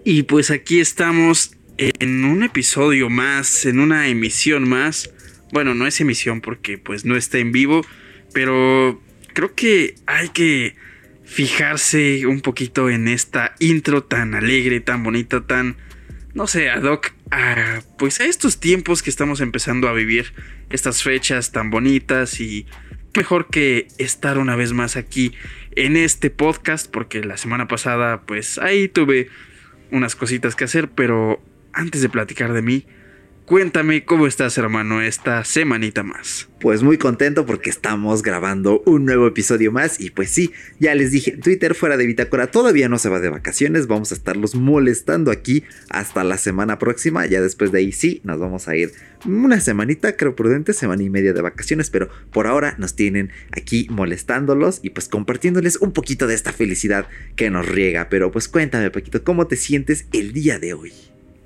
Y pues aquí estamos en un episodio más, en una emisión más. Bueno, no es emisión porque pues no está en vivo, pero creo que hay que fijarse un poquito en esta intro tan alegre, tan bonita, tan, no sé, ad hoc pues a estos tiempos que estamos empezando a vivir, estas fechas tan bonitas, y mejor que estar una vez más aquí en este podcast, porque la semana pasada pues ahí tuve unas cositas que hacer. Pero antes de platicar de mí, cuéntame cómo estás, hermano, esta semanita más. Pues muy contento porque estamos grabando un nuevo episodio más. Y pues sí, ya les dije en Twitter, Fuera de Bitácora todavía no se va de vacaciones. Vamos a estarlos molestando aquí hasta la semana próxima. Ya después de ahí sí, nos vamos a ir una semanita, creo prudente, semana y media de vacaciones. Pero por ahora nos tienen aquí molestándolos y pues compartiéndoles un poquito de esta felicidad que nos riega. Pero pues cuéntame, Paquito, ¿cómo te sientes el día de hoy?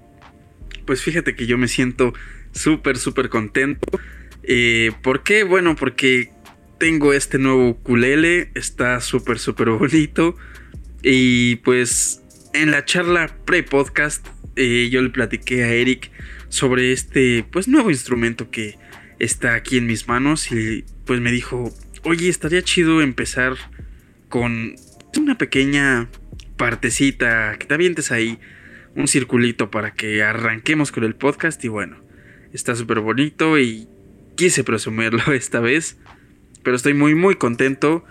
Pues fíjate que yo me siento súper contento. ¿Por qué? Bueno, porque tengo este nuevo ukulele. Está súper bonito. Y pues en la charla pre-podcast yo le platiqué a Eric sobre este pues nuevo instrumento que está aquí en mis manos. Y pues me dijo, oye, estaría chido empezar con una pequeña partecita, que te avientes ahí un circulito para que arranquemos con el podcast. Y bueno, está súper bonito y quise presumirlo esta vez, pero estoy muy contento.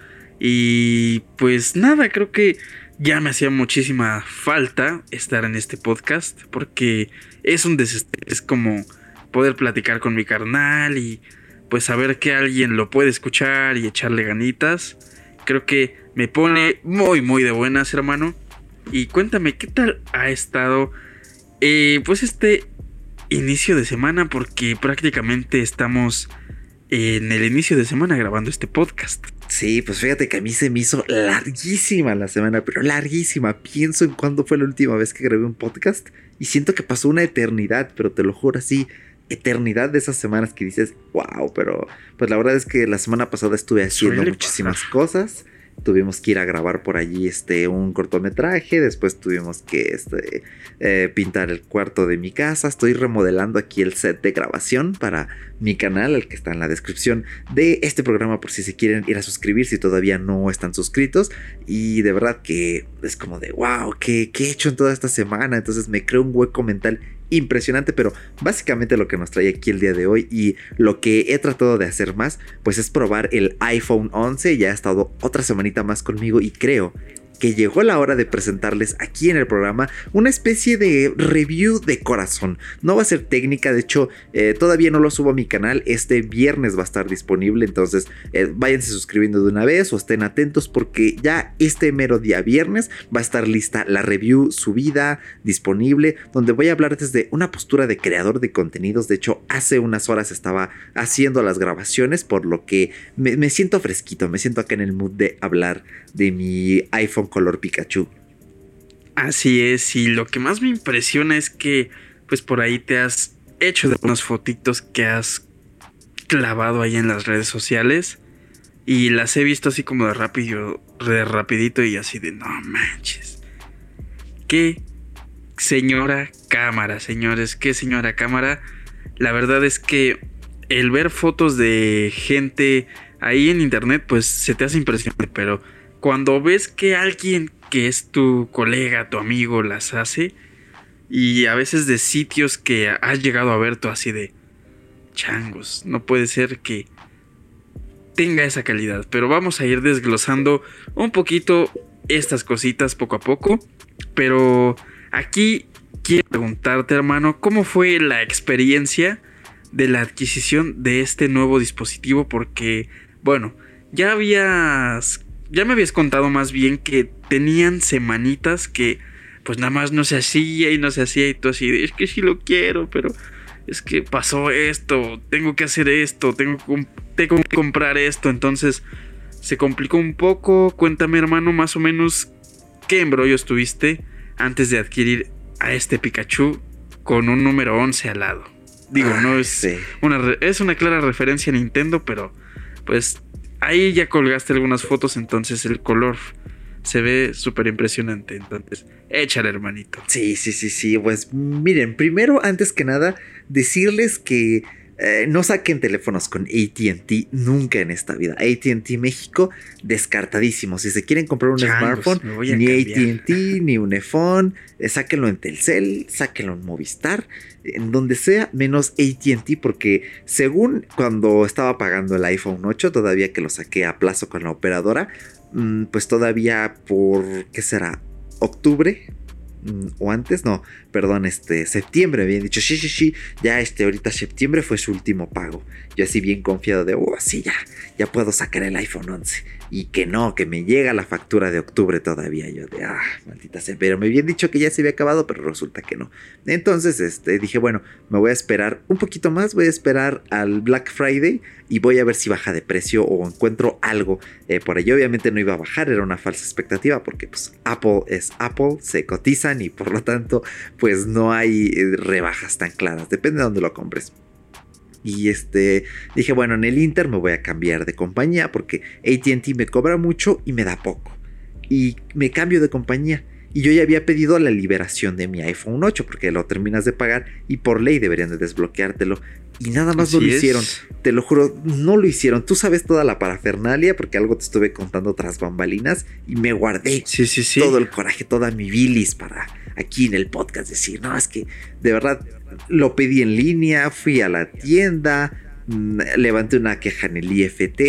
Y pues nada, creo que ya me hacía muchísima falta estar en este podcast, porque es un desestrés, es como poder platicar con mi carnal y pues saber que alguien lo puede escuchar y echarle ganitas. Creo que me pone muy de buenas, hermano. Y cuéntame, ¿qué tal ha estado pues este inicio de semana? Porque prácticamente estamos en el inicio de semana grabando este podcast. Sí, pues fíjate que a mí se me hizo larguísima la semana, pero larguísima. Pienso en cuándo fue la última vez que grabé un podcast y siento que pasó una eternidad, pero te lo juro, así, eternidad de esas semanas que dices, wow. Pero pues la verdad es que la semana pasada estuve haciendo muchísimas cosas. Tuvimos que ir a grabar por allí un cortometraje. Después tuvimos que pintar el cuarto de mi casa. Estoy remodelando aquí el set de grabación para mi canal, el que está en la descripción de este programa, por si se quieren ir a suscribir si todavía no están suscritos. Y de verdad que es como de wow, ¿qué he hecho en toda esta semana? Entonces me creo un hueco mental impresionante, pero básicamente lo que nos trae aquí el día de hoy y lo que he tratado de hacer más, pues es probar el iPhone 11. Ya ha estado otra semanita más conmigo y creo que llegó la hora de presentarles aquí en el programa una especie de review de corazón. No va a ser técnica, de hecho todavía no lo subo a mi canal. Este viernes va a estar disponible, entonces váyanse suscribiendo de una vez o estén atentos, porque ya este mero día viernes va a estar lista la review subida, disponible, donde voy a hablar desde una postura de creador de contenidos. De hecho, hace unas horas estaba haciendo las grabaciones, por lo que me siento fresquito, me siento acá en el mood de hablar de mi iPhone color Pikachu. Así es, y lo que más me impresiona es que pues por ahí te has hecho de unas fotitos que has clavado ahí en las redes sociales, y las he visto así como de rapidito, y así de no manches, qué señora cámara, señores, qué señora cámara. La verdad es que el ver fotos de gente ahí en internet pues se te hace impresionante, pero cuando ves que alguien que es tu colega, tu amigo, las hace, y a veces de sitios que has llegado a ver, tú así de changos, no puede ser que tenga esa calidad. Pero vamos a ir desglosando un poquito estas cositas poco a poco. Pero aquí quiero preguntarte, hermano, ¿cómo fue la experiencia de la adquisición de este nuevo dispositivo? Porque, bueno, ya me habías contado más bien que tenían semanitas que pues nada más no se hacía y tú así de, es que sí lo quiero, pero es que pasó esto, tengo que hacer esto, tengo que comprar esto. Entonces se complicó un poco. Cuéntame, hermano, más o menos qué embrollos tuviste antes de adquirir a este Pikachu con un número 11 al lado. Digo, no es, sí, es una clara referencia a Nintendo, pero pues ahí ya colgaste algunas fotos, entonces el color se ve súper impresionante. Entonces, échale, hermanito. Sí. Pues miren, primero, antes que nada, decirles que no saquen teléfonos con AT&T nunca en esta vida. AT&T México, descartadísimo. Si se quieren comprar un smartphone, ni AT&T, ni un iPhone, sáquenlo en Telcel, sáquenlo en Movistar, en donde sea, menos AT&T, porque según cuando estaba pagando el iPhone 8, todavía que lo saqué a plazo con la operadora, pues todavía por, ¿qué será? ¿Octubre? O antes, no, perdón, septiembre habían dicho, sí, ya ahorita septiembre fue su último pago. Yo así bien confiado de, sí, ya puedo sacar el iPhone 11. Y que no, que me llega la factura de octubre todavía. Yo de, maldita sea, pero me habían dicho que ya se había acabado, pero resulta que no. Entonces, dije, bueno, me voy a esperar un poquito más, voy a esperar al Black Friday y voy a ver si baja de precio o encuentro algo por ahí. Obviamente no iba a bajar, era una falsa expectativa porque pues Apple es Apple, se cotizan y por lo tanto pues no hay rebajas tan claras, depende de dónde lo compres. Y dije, bueno, en el Inter me voy a cambiar de compañía porque AT&T me cobra mucho y me da poco. Y me cambio de compañía. Y yo ya había pedido la liberación de mi iPhone 8 porque lo terminas de pagar y por ley deberían de desbloquearte. Y nada más no lo hicieron. Te lo juro, no lo hicieron. Tú sabes toda la parafernalia porque algo te estuve contando tras bambalinas y me guardé todo el coraje, toda mi bilis para aquí en el podcast decir, no, es que de verdad lo pedí en línea, fui a la tienda, levanté una queja en el IFT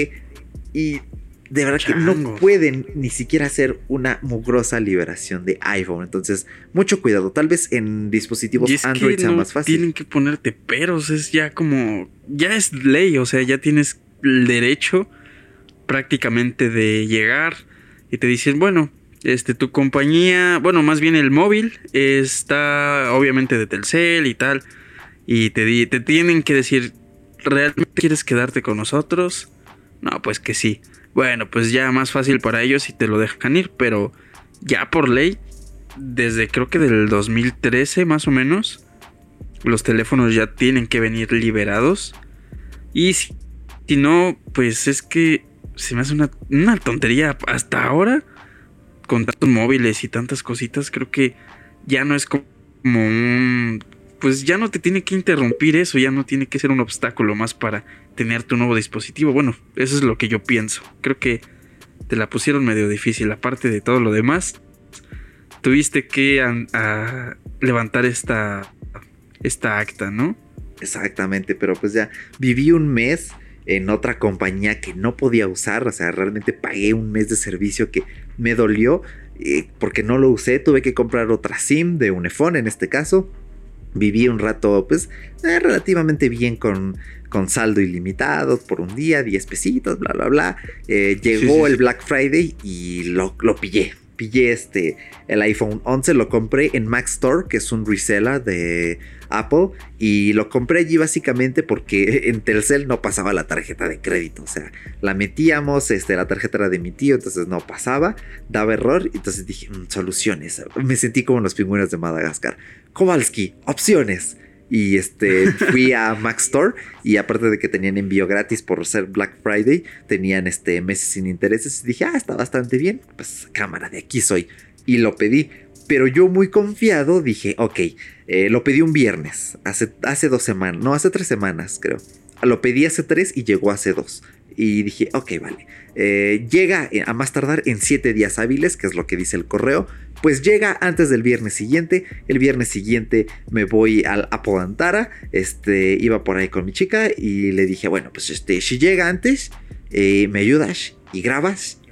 y de verdad que no pueden ni siquiera hacer una mugrosa liberación de iPhone. Entonces, mucho cuidado. Tal vez en dispositivos Android sea más fácil. Tienen que ponerte peros. Es ya como... Ya es ley. O sea, ya tienes el derecho prácticamente de llegar y te dicen, bueno, tu compañía... Bueno, más bien el móvil está obviamente de Telcel y tal. Y te tienen que decir, ¿realmente quieres quedarte con nosotros? No, pues que sí. Bueno, pues ya más fácil para ellos y te lo dejan ir, pero ya por ley, desde creo que del 2013 más o menos, los teléfonos ya tienen que venir liberados. Y si no, pues es que se me hace una tontería hasta ahora, con tantos móviles y tantas cositas, creo que ya no es como un... Pues ya no te tiene que interrumpir eso, ya no tiene que ser un obstáculo más para tener tu nuevo dispositivo. Bueno, eso es lo que yo pienso. Creo que te la pusieron medio difícil. Aparte de todo lo demás, tuviste que levantar esta acta, ¿no? Exactamente, pero pues ya viví un mes en otra compañía que no podía usar. O sea, realmente pagué un mes de servicio que me dolió porque no lo usé. Tuve que comprar otra SIM de un iPhone en este caso. Viví un rato, pues, relativamente bien con saldo ilimitado por un día, 10 pesitos, bla, bla, bla. Llegó el Black Friday y lo pillé. Pillé el iPhone 11, lo compré en Mac Store, que es un reseller de Apple. Y lo compré allí básicamente porque en Telcel no pasaba la tarjeta de crédito. O sea, la metíamos, la tarjeta era de mi tío, entonces no pasaba, daba error. Entonces dije, soluciones. Me sentí como en los pingüinos de Madagascar. Kowalski, opciones. Y fui a Mac Store y aparte de que tenían envío gratis por ser Black Friday, tenían meses sin intereses. Y dije, está bastante bien. Pues cámara, de aquí soy. Y lo pedí. Pero yo muy confiado dije, ok, lo pedí un viernes, hace 2 semanas, no, hace 3 semanas creo. Lo pedí hace 3 y llegó hace 2. Y dije, ok, vale. Llega a más tardar en 7 días hábiles, que es lo que dice el correo. Pues llega antes del viernes siguiente. El viernes siguiente me voy al Apple Antara. Iba por ahí con mi chica y le dije, bueno, pues si llega antes, me ayudas y grabas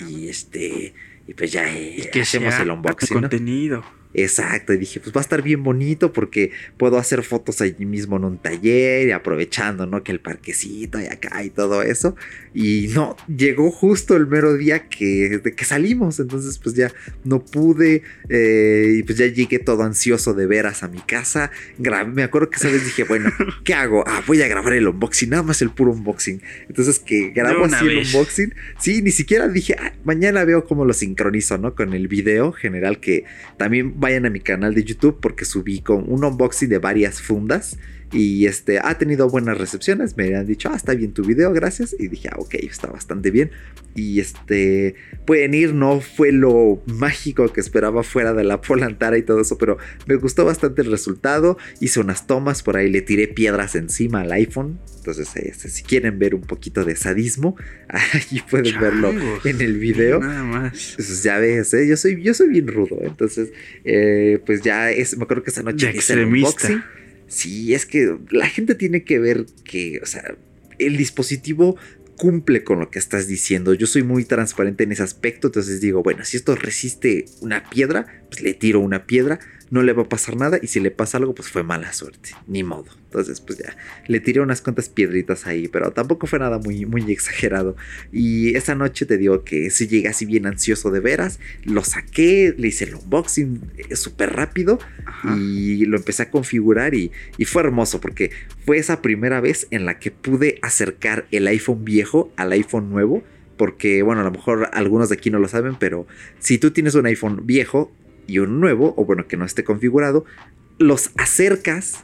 y pues ya que hacemos el unboxing, ¿no? Contenido. Exacto, y dije, pues va a estar bien bonito porque puedo hacer fotos allí mismo en un taller y aprovechando, ¿no? Que el parquecito y acá y todo eso. Y no, llegó justo el mero día que salimos, entonces pues ya no pude y pues ya llegué todo ansioso de veras a mi casa. Me acuerdo que esa vez dije, bueno, ¿qué hago? Voy a grabar el unboxing, nada más el puro unboxing. Entonces que grabo así el unboxing. Sí, ni siquiera dije, mañana veo cómo lo sincronizo, ¿no? Con el video general, que también vayan a mi canal de YouTube porque subí con un unboxing de varias fundas Y ha tenido buenas recepciones. Me han dicho, está bien tu video, gracias. Y dije, ok, está bastante bien. Y pueden ir, no fue lo mágico que esperaba fuera de la Apple Antara y todo eso, pero me gustó bastante el resultado. Hice unas tomas, por ahí le tiré piedras encima al iPhone. Entonces, si quieren ver un poquito de sadismo, ahí pueden verlo en el video. Nada más. Entonces, ya ves, yo soy bien rudo. Entonces, pues me acuerdo que esa noche hice el unboxing. Sí, es que la gente tiene que ver que, o sea, el dispositivo cumple con lo que estás diciendo. Yo soy muy transparente en ese aspecto, entonces digo, bueno, si esto resiste una piedra, pues le tiro una piedra, no le va a pasar nada, y si le pasa algo, pues fue mala suerte, ni modo. Entonces, pues ya, le tiré unas cuantas piedritas ahí, pero tampoco fue nada muy, muy exagerado. Y esa noche te digo que sí llegué así bien ansioso de veras, lo saqué, le hice el unboxing súper rápido. Ajá. Y lo empecé a configurar y fue hermoso, porque fue esa primera vez en la que pude acercar el iPhone viejo al iPhone nuevo. Porque, bueno, a lo mejor algunos de aquí no lo saben, pero si tú tienes un iPhone viejo y un nuevo, o bueno, que no esté configurado, los acercas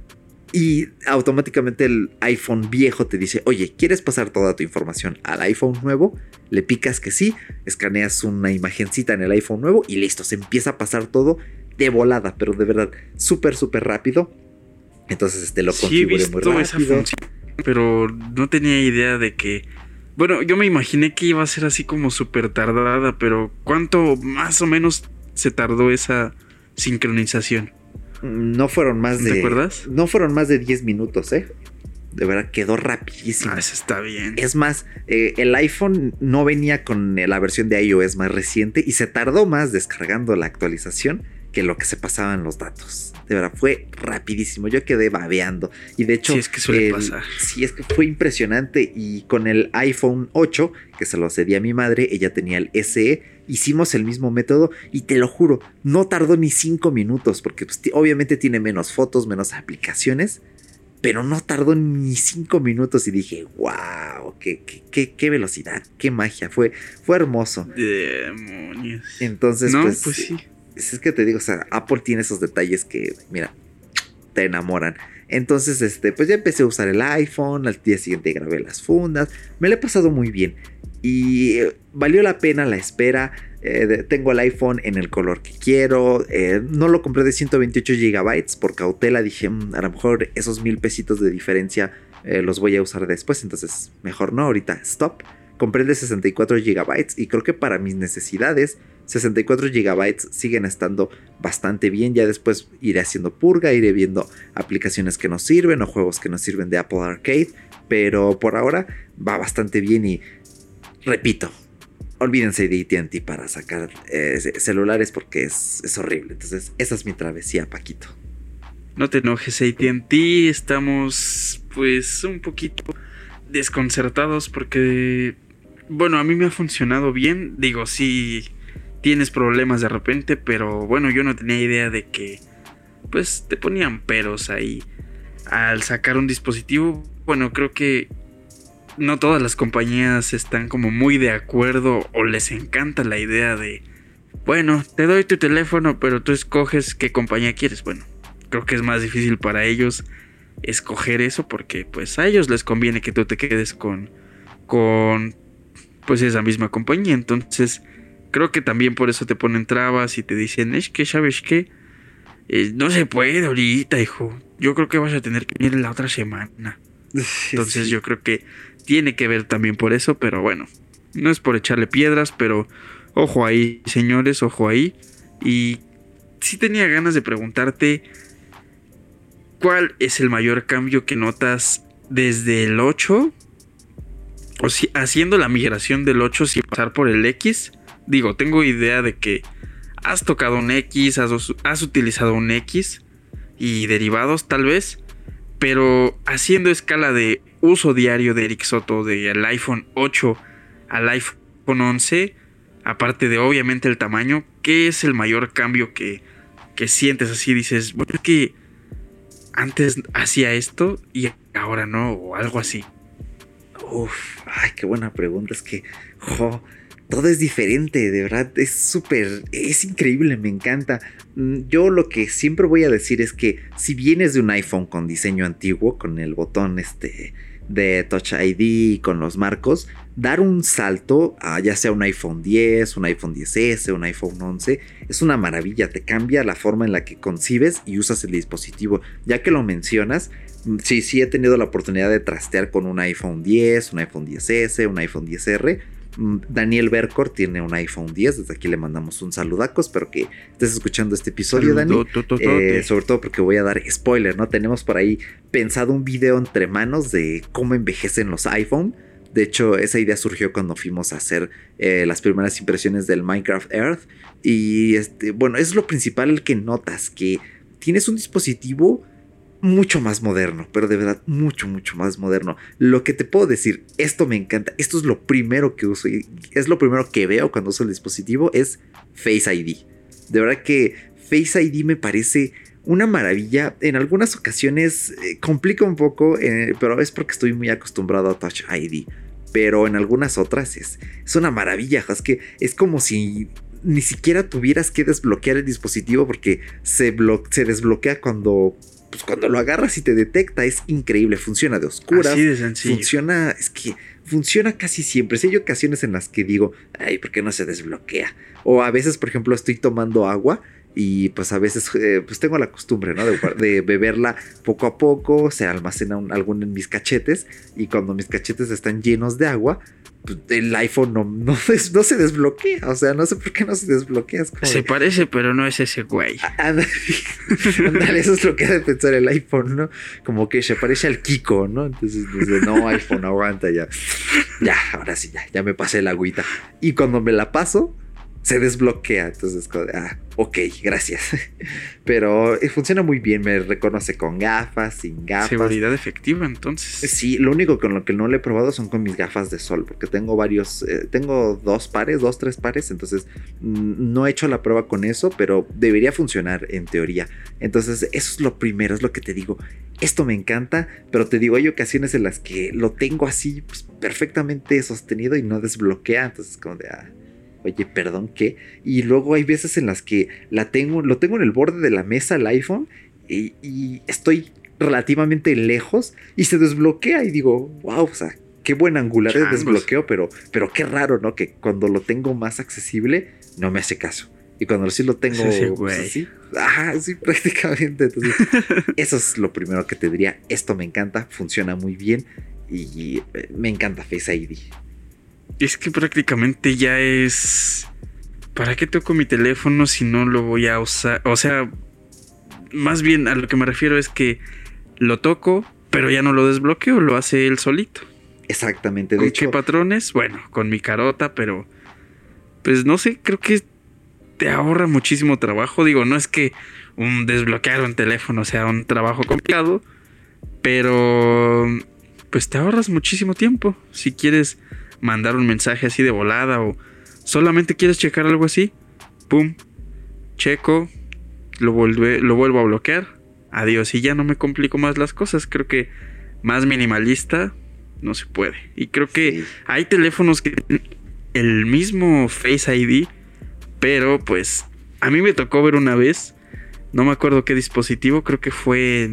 y automáticamente el iPhone viejo te dice, oye, ¿quieres pasar toda tu información al iPhone nuevo? Le picas que sí, escaneas una imagencita en el iPhone nuevo y listo, se empieza a pasar todo de volada, pero de verdad, súper, súper rápido. Entonces lo configuré muy rápido. Esa función, pero no tenía idea de que... Bueno, yo me imaginé que iba a ser así como súper tardada, pero ¿cuánto más o menos se tardó esa sincronización? No fueron más de... ¿Te acuerdas? No fueron más de 10 minutos, ¿eh? De verdad, quedó rapidísimo. Eso está bien. Es más, el iPhone no venía con la versión de iOS más reciente y se tardó más descargando la actualización que lo que se pasaban los datos. De verdad, fue rapidísimo. Yo quedé babeando. Y de hecho... Sí, es que suele pasar. Sí, es que fue impresionante. Y con el iPhone 8, que se lo cedí a mi madre, ella tenía el SE, hicimos el mismo método y te lo juro, no tardó ni 5 minutos, porque pues, obviamente tiene menos fotos, menos aplicaciones, pero no tardó ni 5 minutos y dije, wow, qué velocidad, qué magia, fue hermoso. Demonios. Entonces, no, pues sí. Es que te digo, o sea, Apple tiene esos detalles que, mira, te enamoran. Entonces, pues ya empecé a usar el iPhone, al día siguiente grabé las fundas, me lo he pasado muy bien y valió la pena la espera. Tengo el iPhone en el color que quiero, no lo compré de 128 GB por cautela, dije, a lo mejor esos 1,000 pesitos de diferencia los voy a usar después, entonces mejor no, ahorita stop. Compré el de 64 GB y creo que para mis necesidades 64 GB siguen estando bastante bien. Ya después iré haciendo purga, iré viendo aplicaciones que nos sirven o juegos que nos sirven de Apple Arcade, pero por ahora va bastante bien y repito, olvídense de AT&T para sacar celulares porque es horrible. Entonces esa es mi travesía, Paquito. No te enojes, AT&T, estamos pues un poquito desconcertados porque, bueno, a mí me ha funcionado bien. Digo, sí tienes problemas de repente, pero bueno, yo no tenía idea de que pues te ponían peros ahí al sacar un dispositivo. Bueno, creo que no todas las compañías están como muy de acuerdo o les encanta la idea de, bueno, te doy tu teléfono, pero tú escoges qué compañía quieres. Bueno, creo que es más difícil para ellos escoger eso porque pues a ellos les conviene que tú te quedes con pues esa misma compañía. Entonces creo que también por eso te ponen trabas y te dicen, es que sabes que no se puede ahorita, hijo, yo creo que vas a tener que venir la otra semana. Entonces sí, yo creo que tiene que ver también por eso, pero bueno, no es por echarle piedras, pero ojo ahí, señores, ojo ahí. Y sí tenía ganas de preguntarte, ¿cuál es el mayor cambio que notas desde el 8? O si haciendo la migración del 8 sin pasar por el X. Digo, tengo idea de que has tocado un X, has utilizado un X y derivados tal vez, pero haciendo escala de uso diario de Eric Soto del iPhone 8 al iPhone 11, aparte de obviamente el tamaño, ¿qué es el mayor cambio que sientes así? Dices, bueno, es que antes hacía esto y ahora no, o algo así. Uf, ay, qué buena pregunta. Es que todo es diferente, de verdad, es increíble, me encanta. Yo lo que siempre voy a decir es que si vienes de un iPhone con diseño antiguo, con el botón de Touch ID, con los marcos, dar un salto a ya sea un iPhone 10, un iPhone 10S, un iPhone 11, es una maravilla, te cambia la forma en la que concibes y usas el dispositivo. Ya que lo mencionas, sí he tenido la oportunidad de trastear con un iPhone 10, un iPhone 10S, un iPhone 10R. Daniel Bercor tiene un iPhone 10. Desde aquí le mandamos un saludaco. Espero que estés escuchando este episodio, Dani. Sobre todo porque voy a dar spoiler, ¿no? Tenemos por ahí pensado un video entre manos de cómo envejecen los iPhone. De hecho, esa idea surgió cuando fuimos a hacer las primeras impresiones del Minecraft Earth. Y bueno, es lo principal que notas, que tienes un dispositivo mucho más moderno, pero de verdad mucho más moderno. Lo que te puedo decir, esto me encanta, esto es lo primero que uso y es lo primero que veo cuando uso el dispositivo, es Face ID. De verdad que Face ID me parece una maravilla. En algunas ocasiones complica un poco, pero es porque estoy muy acostumbrado a Touch ID. Pero en algunas otras es una maravilla. Es que es como si ni siquiera tuvieras que desbloquear el dispositivo, porque se desbloquea cuando lo agarras y te detecta. Es increíble, funciona de oscuras. Así de sencillo. Funciona casi siempre. Si hay ocasiones en las que digo, ay, ¿por qué no se desbloquea? O a veces, por ejemplo, estoy tomando agua y pues a veces pues tengo la costumbre, ¿no? de beberla poco a poco. Se almacena algo en mis cachetes y cuando mis cachetes están llenos de agua, pues el iPhone no se desbloquea. O sea, no sé por qué no se desbloquea. Se parece, pero no es ese güey. Ándale, eso es lo que ha de pensar el iPhone, ¿no? Como que se parece al Kiko, ¿no? Entonces no, iPhone, aguanta ya. Ya, ahora sí, ya me pasé la agüita. Y cuando me la paso, se desbloquea. Entonces, ok, gracias. Pero funciona muy bien. Me reconoce con gafas, sin gafas. Seguridad efectiva, entonces. Sí, lo único con lo que no lo he probado son con mis gafas de sol, porque tengo tengo 2, 3 pares. Entonces no he hecho la prueba con eso, pero debería funcionar en teoría. Entonces eso es lo primero, es lo que te digo. Esto me encanta, pero te digo, hay ocasiones en las que lo tengo así pues, perfectamente sostenido y no desbloquea. Entonces como de oye, perdón, ¿qué? Y luego hay veces en las que lo tengo en el borde de la mesa el iPhone y estoy relativamente lejos y se desbloquea y digo, wow, o sea, qué buen angular de desbloqueo, pero qué raro, ¿no? Que cuando lo tengo más accesible no me hace caso. Y cuando sí lo tengo pues, así, sí, prácticamente. Entonces, eso es lo primero que te diría. Esto me encanta, funciona muy bien y me encanta Face ID. Es que prácticamente ya es... ¿Para qué toco mi teléfono si no lo voy a usar? O sea, más bien a lo que me refiero es que lo toco, pero ya no lo desbloqueo, lo hace él solito. Exactamente. ¿Con qué patrones? Bueno, con mi carota, pero... Pues no sé, creo que te ahorra muchísimo trabajo. Digo, no es que desbloquear un teléfono sea un trabajo complicado, pero... Pues te ahorras muchísimo tiempo. Si quieres mandar un mensaje así de volada o solamente quieres checar algo así, pum, checo, lo vuelvo a bloquear, adiós, y ya no me complico más las cosas. Creo que más minimalista no se puede. Y creo que hay teléfonos que tienen el mismo Face ID, pero pues a mí me tocó ver una vez, no me acuerdo qué dispositivo, creo que fue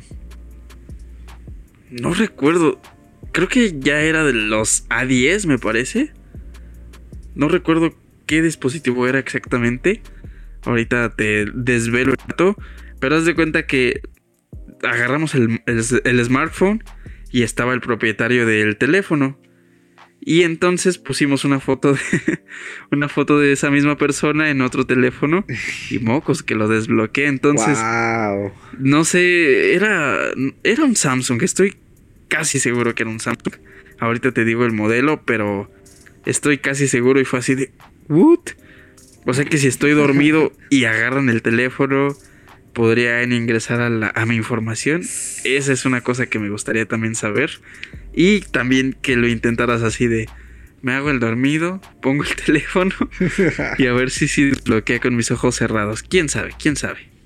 no recuerdo. Creo que ya era de los A10, me parece. No recuerdo qué dispositivo era exactamente. Ahorita te desvelo el dato. Pero haz de cuenta que agarramos el smartphone y estaba el propietario del teléfono. Y entonces pusimos una foto de esa misma persona en otro teléfono. Y mocos, que lo desbloqueé. Entonces, wow. No sé, era un Samsung. Estoy casi seguro que era un Samsung. Ahorita te digo el modelo, pero estoy casi seguro y fue así de... ¿What? O sea que si estoy dormido y agarran el teléfono, podrían ingresar a mi información. Esa es una cosa que me gustaría también saber. Y también que lo intentaras así de... Me hago el dormido, pongo el teléfono y a ver si desbloquea con mis ojos cerrados. ¿Quién sabe?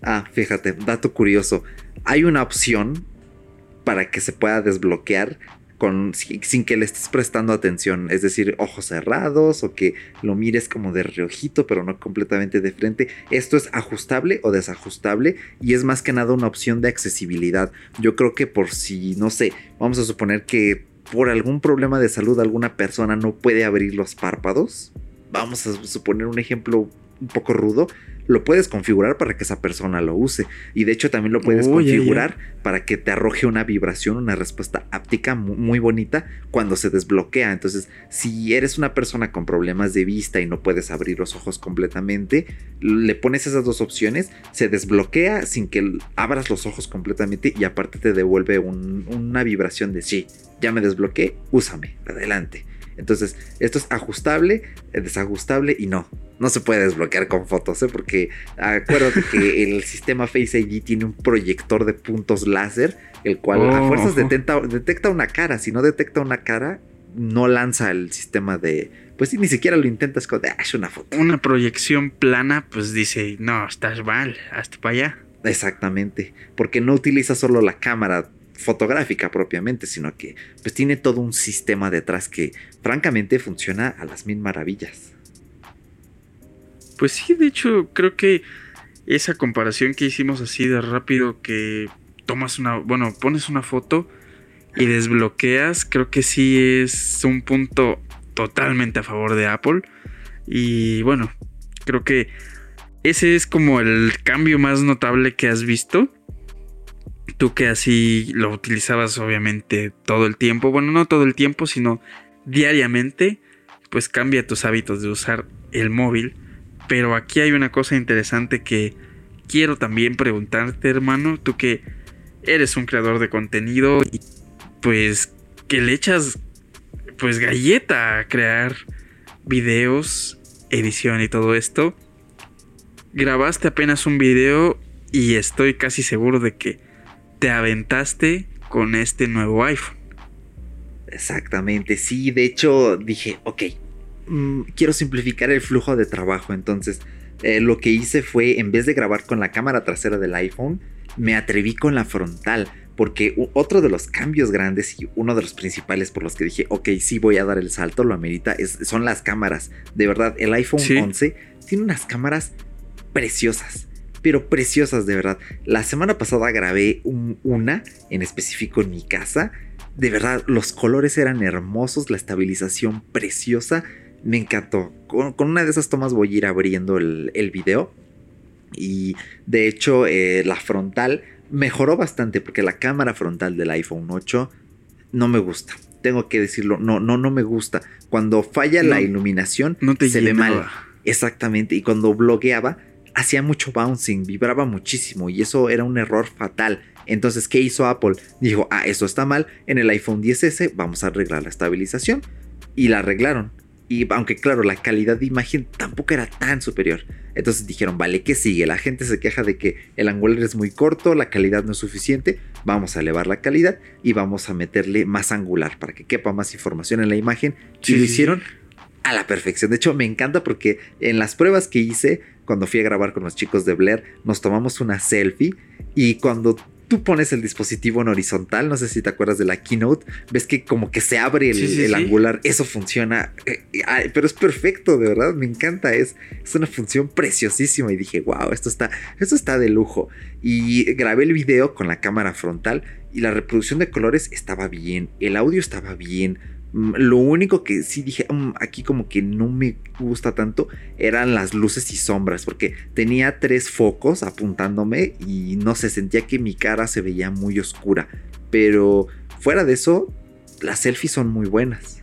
Fíjate, dato curioso. Hay una opción para que se pueda desbloquear sin que le estés prestando atención, es decir, ojos cerrados o que lo mires como de reojito pero no completamente de frente. Esto es ajustable o desajustable y es más que nada una opción de accesibilidad. Yo creo que por si, no sé, vamos a suponer que por algún problema de salud alguna persona no puede abrir los párpados, vamos a suponer un ejemplo un poco rudo, lo puedes configurar para que esa persona lo use. Y de hecho también lo puedes configurar para que te arroje una vibración, una respuesta áptica muy bonita cuando se desbloquea. Entonces, si eres una persona con problemas de vista y no puedes abrir los ojos completamente, le pones esas dos opciones, se desbloquea sin que abras los ojos completamente y aparte te devuelve una vibración de sí, ya me desbloqueé, úsame, adelante. Entonces, esto es ajustable, desajustable y no se puede desbloquear con fotos, porque acuérdate que el sistema Face ID tiene un proyector de puntos láser, el cual a fuerzas detecta una cara. Si no detecta una cara, no lanza el sistema de... Pues ni siquiera lo intentas con... es una foto. Una proyección plana, pues dice, no, estás mal, hasta para allá. Exactamente, porque no utiliza solo la cámara fotográfica propiamente, sino que pues tiene todo un sistema detrás que francamente funciona a las mil maravillas. Pues sí, de hecho creo que esa comparación que hicimos así de rápido, que pones una foto y desbloqueas, creo que sí es un punto totalmente a favor de Apple. Y bueno, creo que ese es como el cambio más notable que has visto. Tú que así lo utilizabas obviamente todo el tiempo, bueno, no todo el tiempo, sino diariamente, pues cambia tus hábitos de usar el móvil. Pero aquí hay una cosa interesante que quiero también preguntarte, hermano, tú que eres un creador de contenido y pues que le echas pues galleta a crear videos, edición y todo esto. Grabaste apenas un video y estoy casi seguro de que te aventaste con este nuevo iPhone. Exactamente, sí, de hecho dije, ok, quiero simplificar el flujo de trabajo, entonces lo que hice fue, en vez de grabar con la cámara trasera del iPhone, me atreví con la frontal, porque otro de los cambios grandes y uno de los principales por los que dije, ok, sí voy a dar el salto, lo amerita, son las cámaras. De verdad, el iPhone 11 tiene unas cámaras preciosas, pero preciosas de verdad. La semana pasada grabé una en específico en mi casa. De verdad, los colores eran hermosos, la estabilización preciosa. Me encantó. Con una de esas tomas voy a ir abriendo el video. Y de hecho, la frontal mejoró bastante porque la cámara frontal del iPhone 8 no me gusta. Tengo que decirlo, no me gusta. Cuando falla la iluminación, se ve mal. Exactamente. Y cuando bloqueaba, hacía mucho bouncing, vibraba muchísimo y eso era un error fatal. Entonces, ¿qué hizo Apple? Dijo, eso está mal, en el iPhone XS vamos a arreglar la estabilización. Y la arreglaron. Y aunque claro, la calidad de imagen tampoco era tan superior. Entonces dijeron, vale, ¿qué sigue? La gente se queja de que el angular es muy corto, la calidad no es suficiente. Vamos a elevar la calidad y vamos a meterle más angular para que quepa más información en la imagen. Y lo hicieron a la perfección. De hecho, me encanta porque en las pruebas que hice, cuando fui a grabar con los chicos de Blair, nos tomamos una selfie y cuando tú pones el dispositivo en horizontal, no sé si te acuerdas de la Keynote, ves que como que se abre el angular, eso funciona, pero es perfecto, de verdad, me encanta, es una función preciosísima y dije, wow, esto está de lujo. Y grabé el video con la cámara frontal y la reproducción de colores estaba bien, el audio estaba bien. Lo único que sí dije, aquí como que no me gusta tanto, eran las luces y sombras, porque tenía 3 focos apuntándome y no sé, sentía que mi cara se veía muy oscura. Pero fuera de eso, las selfies son muy buenas.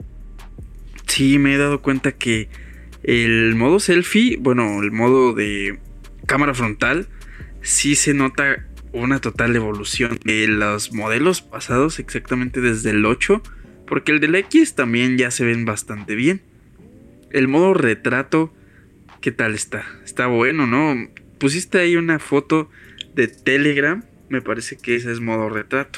Sí, me he dado cuenta que el modo selfie, bueno, el modo de cámara frontal, sí se nota una total evolución de los modelos pasados, exactamente desde el 8. Porque el del X también ya se ven bastante bien. El modo retrato, ¿qué tal está? Está bueno, ¿no? Pusiste ahí una foto de Telegram. Me parece que ese es modo retrato.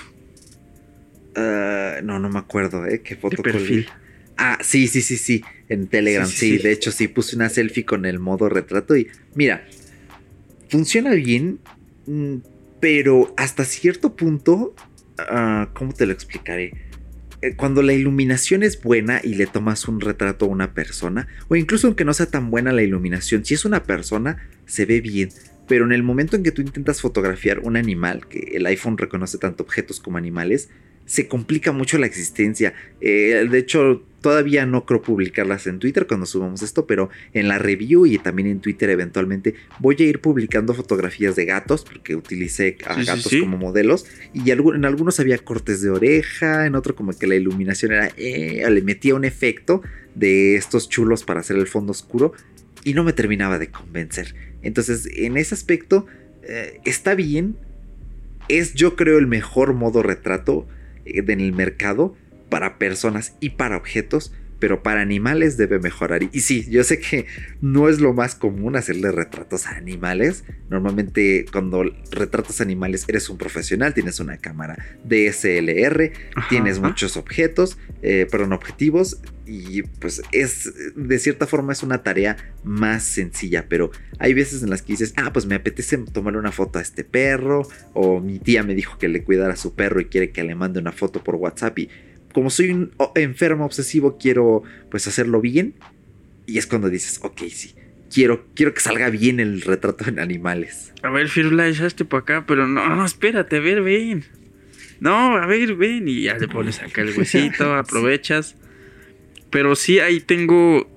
No me acuerdo, ¿qué foto? De perfil. Sí. En Telegram, sí. De hecho, sí puse una selfie con el modo retrato. Y mira, funciona bien, pero hasta cierto punto, ¿cómo te lo explicaré? cuando la iluminación es buena y le tomas un retrato a una persona, o incluso aunque no sea tan buena la iluminación, si es una persona, se ve bien. Pero en el momento en que tú intentas fotografiar un animal, que el iPhone reconoce tanto objetos como animales, se complica mucho la existencia. De hecho, todavía no creo publicarlas en Twitter cuando subamos esto, pero en la review y también en Twitter eventualmente voy a ir publicando fotografías de gatos, porque utilicé a gatos como modelos, y en algunos había cortes de oreja, en otro como que la iluminación era, le metía un efecto de estos chulos para hacer el fondo oscuro, y no me terminaba de convencer. Entonces, en ese aspecto, está bien. Es, yo creo, el mejor modo retrato en el mercado para personas y para objetos, pero para animales debe mejorar. Y sí, yo sé que no es lo más común hacerle retratos a animales. Normalmente cuando retratas animales eres un profesional, tienes una cámara DSLR, tienes muchos objetos, objetivos, y pues es, de cierta forma es una tarea más sencilla, pero hay veces en las que dices, pues me apetece tomarle una foto a este perro, o mi tía me dijo que le cuidara a su perro y quiere que le mande una foto por WhatsApp, y como soy un enfermo obsesivo, quiero pues hacerlo bien. Y es cuando dices, ok, sí, quiero que salga bien el retrato en animales. A ver, Firulais, hazte para acá, pero no, espérate, a ver, ven. No, a ver, ven. Y ya le pones acá el huesito, aprovechas. Pero sí, ahí tengo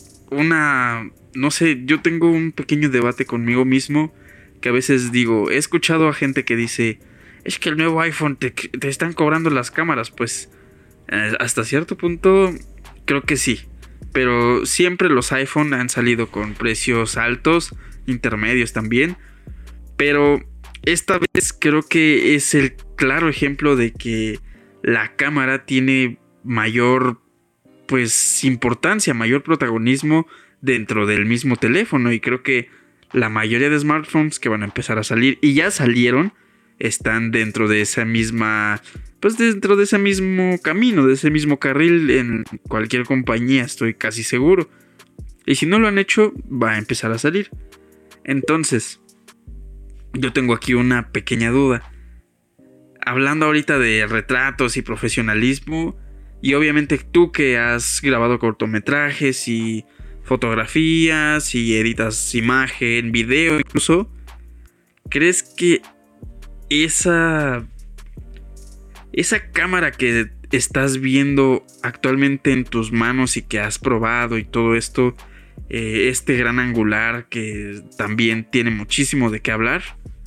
no sé, yo tengo un pequeño debate conmigo mismo, que a veces digo, he escuchado a gente que dice, es que el nuevo iPhone te están cobrando las cámaras. Pues hasta cierto punto creo que sí, pero siempre los iPhone han salido con precios altos, intermedios también, pero esta vez creo que es el claro ejemplo de que la cámara tiene mayor pues importancia, mayor protagonismo dentro del mismo teléfono, y creo que la mayoría de smartphones que van a empezar a salir y ya salieron están dentro de esa misma, pues dentro de ese mismo camino, de ese mismo carril en cualquier compañía, estoy casi seguro. Y si no lo han hecho, va a empezar a salir. Entonces, yo tengo aquí una pequeña duda. Hablando ahorita de retratos y profesionalismo, y obviamente tú que has grabado cortometrajes y fotografías y editas imagen, video incluso, ¿crees que esa cámara que estás viendo actualmente en tus manos y que has probado y todo esto, este gran angular que también tiene muchísimo de qué hablar,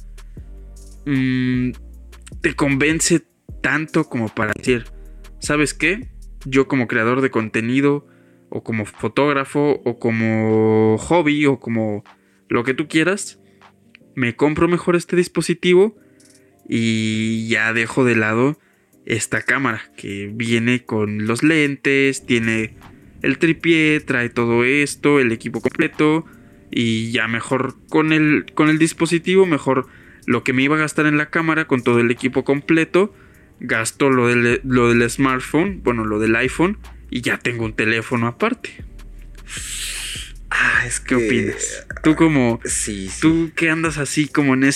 te convence tanto como para decir, ¿sabes qué? Yo como creador de contenido, o como fotógrafo, o como hobby, o como lo que tú quieras, me compro mejor este dispositivo y ya dejo de lado esta cámara que viene con los lentes, tiene el tripié, trae todo esto, el equipo completo, y ya mejor con el dispositivo, mejor lo que me iba a gastar en la cámara con todo el equipo completo, gasto lo del smartphone, bueno, lo del iPhone, y ya tengo un teléfono aparte. ¿Qué opinas? Tú tú que andas así como en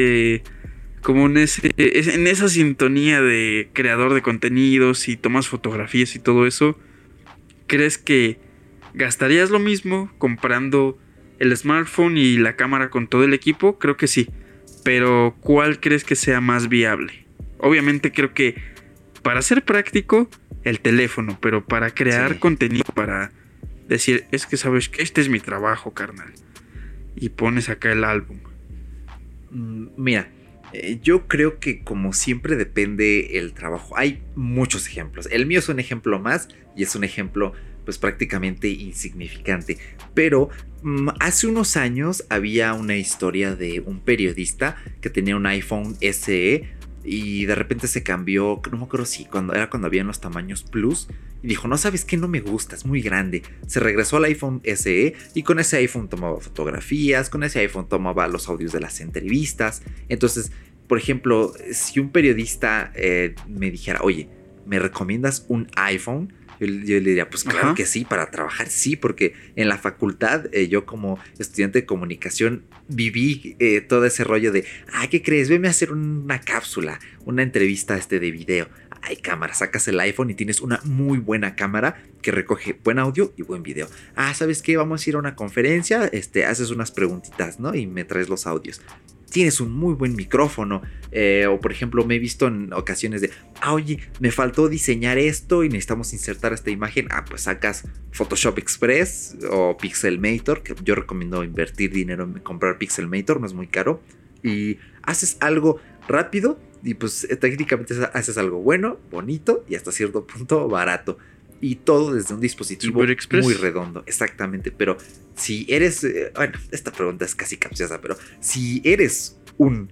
esa sintonía de creador de contenidos y tomas fotografías y todo eso, ¿crees que gastarías lo mismo comprando el smartphone y la cámara con todo el equipo? Creo que sí, pero ¿cuál crees que sea más viable? Obviamente creo que para ser práctico, el teléfono, pero para crear contenido, para decir, es que sabes que este es mi trabajo, carnal, y pones acá el álbum. Mira, yo creo que como siempre depende el trabajo. Hay muchos ejemplos. El mío es un ejemplo más y es un ejemplo pues prácticamente insignificante. Pero hace unos años había una historia de un periodista que tenía un iPhone SE y de repente se cambió, no me acuerdo si cuando habían los tamaños Plus, y dijo, no, ¿sabes qué? No me gusta, es muy grande. Se regresó al iPhone SE y con ese iPhone tomaba fotografías, con ese iPhone tomaba los audios de las entrevistas. Entonces, por ejemplo, si un periodista me dijera, oye, ¿me recomiendas un iPhone? Yo le diría, pues claro que sí, para trabajar sí, porque en la facultad yo como estudiante de comunicación viví todo ese rollo de, ¿qué crees? Veme a hacer una cápsula, una entrevista de video. hay cámaras. Sacas el iPhone y tienes una muy buena cámara que recoge buen audio y buen video. ¿Sabes qué? Vamos a ir a una conferencia, haces unas preguntitas, ¿no? Y me traes los audios. Tienes un muy buen micrófono. O por ejemplo, me he visto en ocasiones de, oye, me faltó diseñar esto y necesitamos insertar esta imagen. Pues sacas Photoshop Express o Pixelmator, que yo recomiendo invertir dinero en comprar Pixelmator, no es muy caro. Y haces algo rápido y pues técnicamente haces algo bueno, bonito y hasta cierto punto barato. Y todo desde un dispositivo muy redondo. Exactamente. Pero si eres... bueno, esta pregunta es casi capciosa, pero si eres un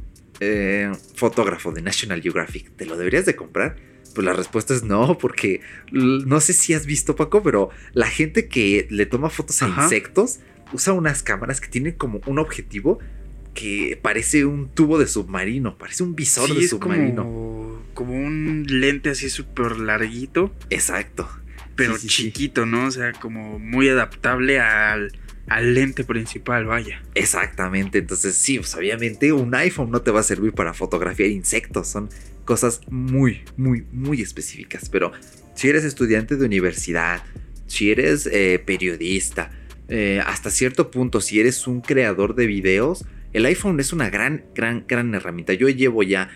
fotógrafo de National Geographic, ¿te lo deberías de comprar? Pues la respuesta es no, porque no sé si has visto, Paco, pero la gente que le toma fotos a insectos usa unas cámaras que tienen como un objetivo que parece un tubo de submarino, parece un visor de submarino. Como un lente así súper larguito. Exacto. Pero chiquito, ¿no? O sea, como muy adaptable al lente principal, vaya. Exactamente, entonces sí, pues obviamente un iPhone no te va a servir para fotografiar insectos, son cosas muy, muy, muy específicas. Pero si eres estudiante de universidad, si eres periodista, hasta cierto punto, si eres un creador de videos, el iPhone es una gran herramienta. Yo llevo ya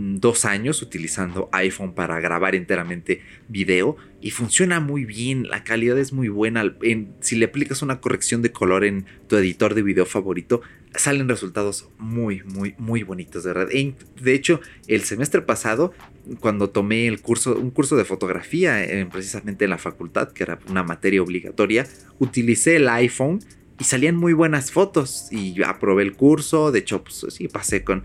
2 años utilizando iPhone para grabar enteramente video y funciona muy bien, la calidad es muy buena. Si le aplicas una corrección de color en tu editor de video favorito, salen resultados muy, muy, muy bonitos, de verdad. De hecho, el semestre pasado, cuando tomé un curso de fotografía, precisamente en la facultad, que era una materia obligatoria, utilicé el iPhone y salían muy buenas fotos y aprobé el curso. De hecho, pues sí, pasé con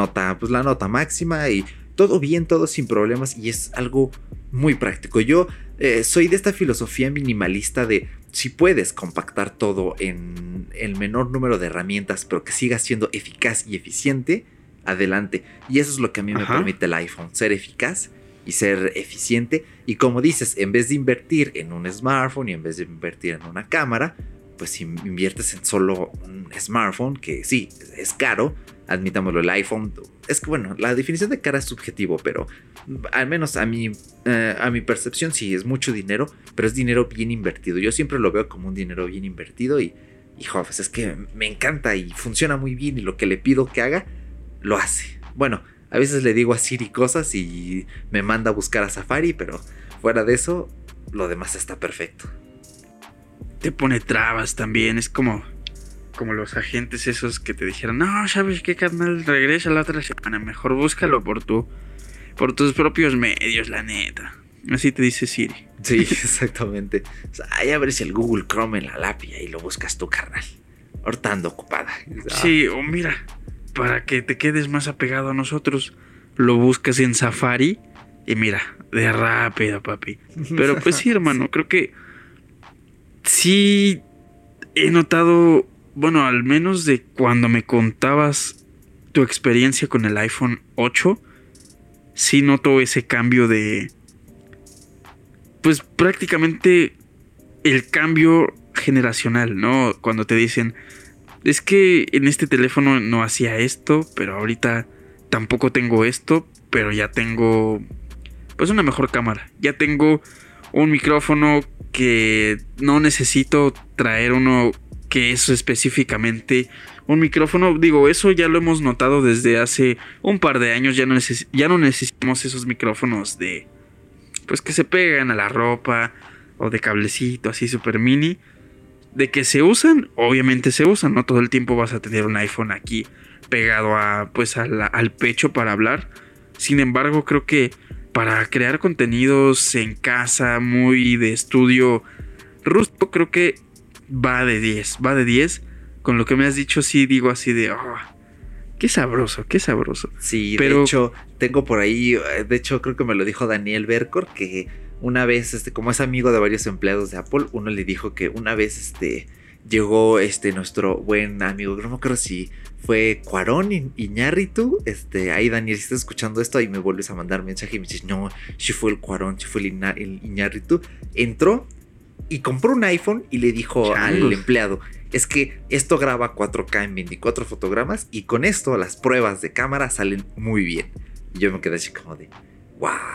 la nota máxima y todo bien, todo sin problemas, y es algo muy práctico. Yo soy de esta filosofía minimalista de si puedes compactar todo en el menor número de herramientas, pero que siga siendo eficaz y eficiente, adelante. Y eso es lo que a mí me permite el iPhone, ser eficaz y ser eficiente. Y como dices, en vez de invertir en un smartphone y en vez de invertir en una cámara, pues si inviertes en solo un smartphone, que sí, es caro, admitámoslo, el iPhone, es que bueno, la definición de cara es subjetivo, pero al menos a mi percepción sí es mucho dinero, pero es dinero bien invertido. Yo siempre lo veo como un dinero bien invertido y pues es que me encanta y funciona muy bien, y lo que le pido que haga, lo hace. Bueno, a veces le digo a Siri cosas y me manda a buscar a Safari, pero fuera de eso, lo demás está perfecto. Te pone trabas también, es como los agentes esos que te dijeron, no, ¿sabes qué, carnal? Regresa la otra semana, mejor búscalo por tus propios medios, la neta. Así te dice Siri. Sí, exactamente. O sea, ya abres el Google Chrome en la lápida y lo buscas tú, carnal. Ahorita ando ocupada. Sí, o mira, para que te quedes más apegado a nosotros, lo buscas en Safari y mira, de rápido, papi. Pero pues sí, hermano, creo que sí he notado, bueno, al menos de cuando me contabas tu experiencia con el iPhone 8, sí noto ese cambio de, pues prácticamente el cambio generacional, ¿no? Cuando te dicen, es que en este teléfono no hacía esto, pero ahorita tampoco tengo esto, pero ya tengo pues una mejor cámara, ya tengo un micrófono que no necesito traer uno que es específicamente un micrófono. Digo, eso ya lo hemos notado desde hace un par de años. Ya no necesitamos esos micrófonos de, pues, que se pegan a la ropa o de cablecito así super mini. De que se usan, obviamente se usan. No todo el tiempo vas a tener un iPhone aquí pegado al pecho para hablar. Sin embargo, creo que para crear contenidos en casa, muy de estudio rústico, creo que va de 10. Con lo que me has dicho, sí digo así de, qué sabroso. Sí, pero de hecho, tengo por ahí, de hecho creo que me lo dijo Daniel Bercor, que una vez, como es amigo de varios empleados de Apple, uno le dijo que una vez, llegó nuestro buen amigo, no me acuerdo si fue Cuarón Iñárritu, ahí Daniel, si estás escuchando esto, ahí me vuelves a mandar mensaje y me dices, no, si fue el Cuarón, si fue el Iñárritu. Entró y compró un iPhone y le dijo al empleado, es que esto graba 4K en 24 fotogramas y con esto las pruebas de cámara salen muy bien. Y yo me quedé así como de, wow.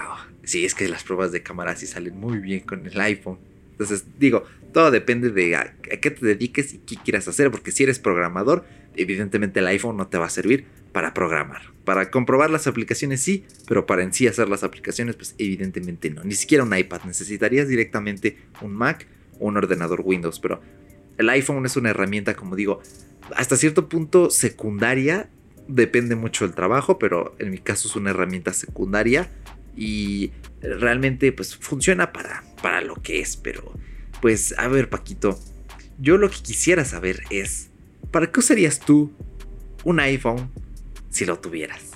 Sí, es que las pruebas de cámara sí salen muy bien con el iPhone. Entonces, digo, todo depende de a qué te dediques y qué quieras hacer, porque si eres programador, evidentemente el iPhone no te va a servir para programar. Para comprobar las aplicaciones sí, pero para en sí hacer las aplicaciones, pues evidentemente no. Ni siquiera un iPad, necesitarías directamente un Mac o un ordenador Windows, pero el iPhone es una herramienta, como digo, hasta cierto punto secundaria, depende mucho del trabajo, pero en mi caso es una herramienta secundaria y realmente pues funciona para lo que es. Pero pues a ver, Paquito, yo lo que quisiera saber es, ¿para qué usarías tú un iPhone si lo tuvieras?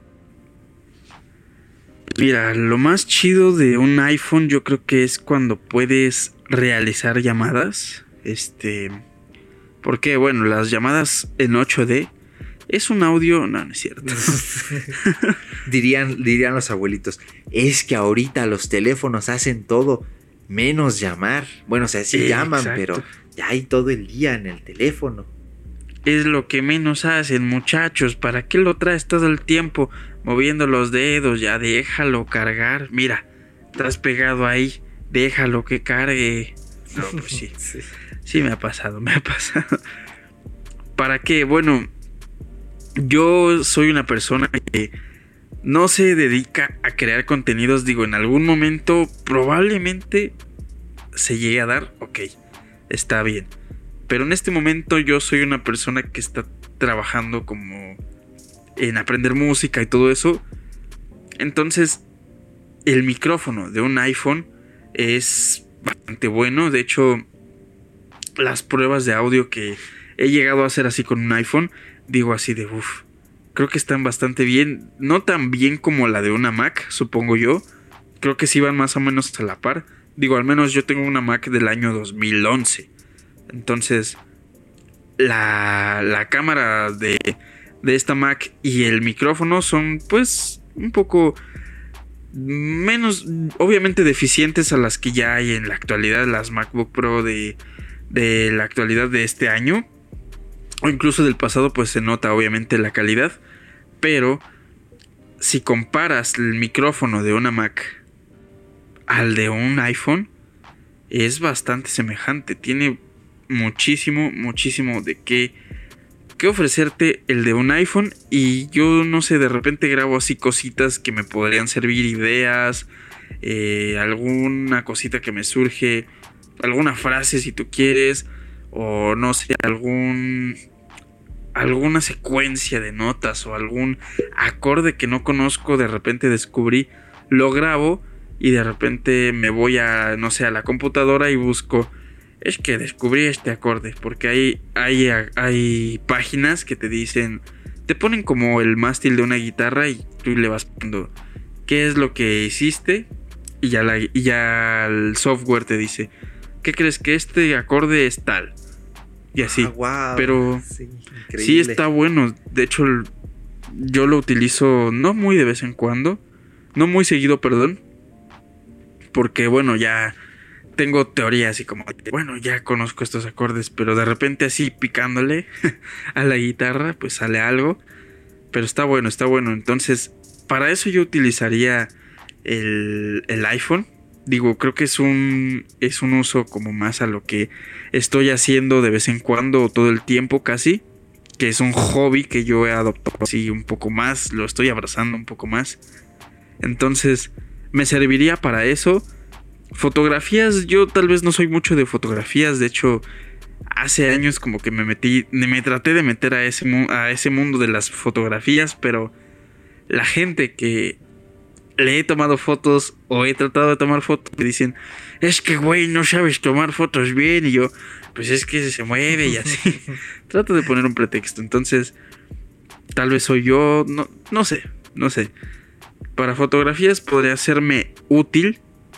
Mira, lo más chido de un iPhone yo creo que es cuando puedes realizar llamadas. Porque bueno, las llamadas en 8D es un audio, no es cierto. dirían los abuelitos, es que ahorita los teléfonos hacen todo menos llamar. Bueno, o sea, sí llaman, exacto, pero ya hay todo el día en el teléfono. Es lo que menos hacen, muchachos. ¿Para qué lo traes todo el tiempo moviendo los dedos? Ya déjalo cargar. Mira, estás pegado ahí. Déjalo que cargue. No, pues sí. Sí me ha pasado. ¿Para qué? Bueno, yo soy una persona que no se dedica a crear contenidos. Digo, en algún momento probablemente se llegue a dar. Ok, está bien. Pero en este momento yo soy una persona que está trabajando como en aprender música y todo eso. Entonces, el micrófono de un iPhone es bastante bueno. De hecho, las pruebas de audio que he llegado a hacer así con un iPhone, digo así de uff, creo que están bastante bien. No tan bien como la de una Mac, supongo yo. Creo que sí van más o menos a la par. Digo, al menos yo tengo una Mac del año 2011. Entonces, la cámara de esta Mac y el micrófono son pues un poco menos, obviamente, deficientes a las que ya hay en la actualidad, las MacBook Pro de la actualidad de este año. O incluso del pasado, pues se nota obviamente la calidad. Pero si comparas el micrófono de una Mac al de un iPhone, es bastante semejante. Tiene muchísimo de qué ofrecerte el de un iPhone. Y yo no sé, de repente grabo así cositas que me podrían servir, ideas, alguna cosita que me surge, alguna frase si tú quieres, o no sé, alguna secuencia de notas o algún acorde que no conozco, de repente descubrí, lo grabo y de repente me voy a, no sé, a la computadora y busco, es que descubrí este acorde, porque hay páginas que te dicen, te ponen como el mástil de una guitarra y tú le vas poniendo qué es lo que hiciste y ya el software te dice, ¿qué crees que este acorde es tal? Y así. Wow, pero sí está bueno. De hecho, yo lo utilizo no muy de vez en cuando, no muy seguido, perdón, porque bueno, ya tengo teoría así como, bueno, ya conozco estos acordes, pero de repente así picándole a la guitarra, pues sale algo. Pero está bueno. Entonces, para eso yo utilizaría el iPhone. Digo, creo que es un uso como más a lo que estoy haciendo de vez en cuando o todo el tiempo casi. Que es un hobby que yo he adoptado así un poco más, lo estoy abrazando un poco más. Entonces, me serviría para eso. Fotografías, yo tal vez no soy mucho de fotografías. De hecho, hace años como que me traté de meter a ese mundo de las fotografías. Pero la gente que le he tomado fotos o he tratado de tomar fotos me dicen, es que güey, no sabes tomar fotos bien. Y yo, pues es que se mueve y así. Trato de poner un pretexto. Entonces, tal vez soy yo, no sé. Para fotografías podría serme útil,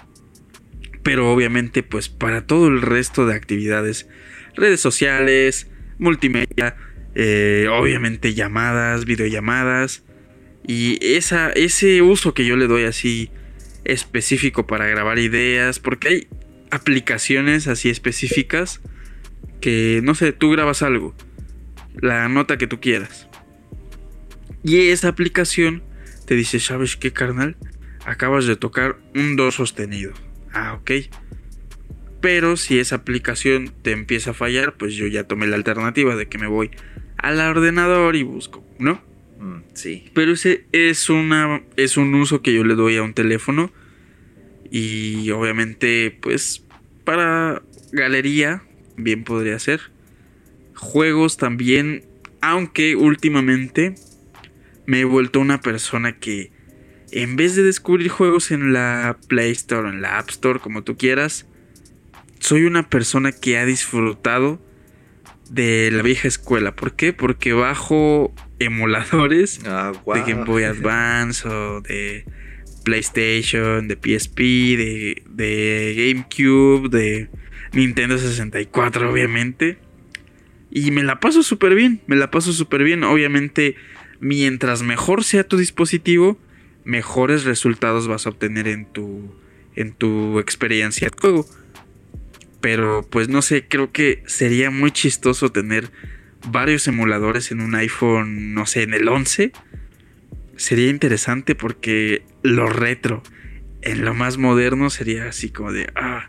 pero obviamente pues para todo el resto de actividades, redes sociales, multimedia, obviamente llamadas, videollamadas, y ese uso que yo le doy así específico para grabar ideas, porque hay aplicaciones así específicas que, no sé, tú grabas algo, la nota que tú quieras, y esa aplicación te dice, ¿sabes qué, carnal? acabas de tocar un do sostenido. Ah, ok. Pero si esa aplicación te empieza a fallar, pues yo ya tomé la alternativa de que me voy al ordenador y busco, ¿no? Sí. Pero ese es un uso que yo le doy a un teléfono. Y obviamente, pues, para galería, bien podría ser. Juegos también, aunque últimamente me he vuelto una persona que, en vez de descubrir juegos en la Play Store o en la App Store, como tú quieras, soy una persona que ha disfrutado de la vieja escuela. ¿Por qué? Porque bajo emuladores Wow. de Game Boy Advance o de PlayStation, de PSP, de GameCube, de Nintendo 64, obviamente. Y me la paso súper bien, Obviamente, mientras mejor sea tu dispositivo, mejores resultados vas a obtener en tu experiencia de juego. Pero pues no sé, creo que sería muy chistoso tener varios emuladores en un iPhone, no sé, en el 11. Sería interesante porque lo retro en lo más moderno sería así como de...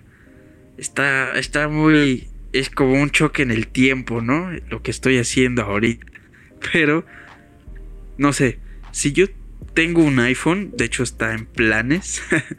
está muy... Es como un choque en el tiempo, ¿no? Lo que estoy haciendo ahorita. Pero, no sé, si yo tengo un iPhone, de hecho está en planes,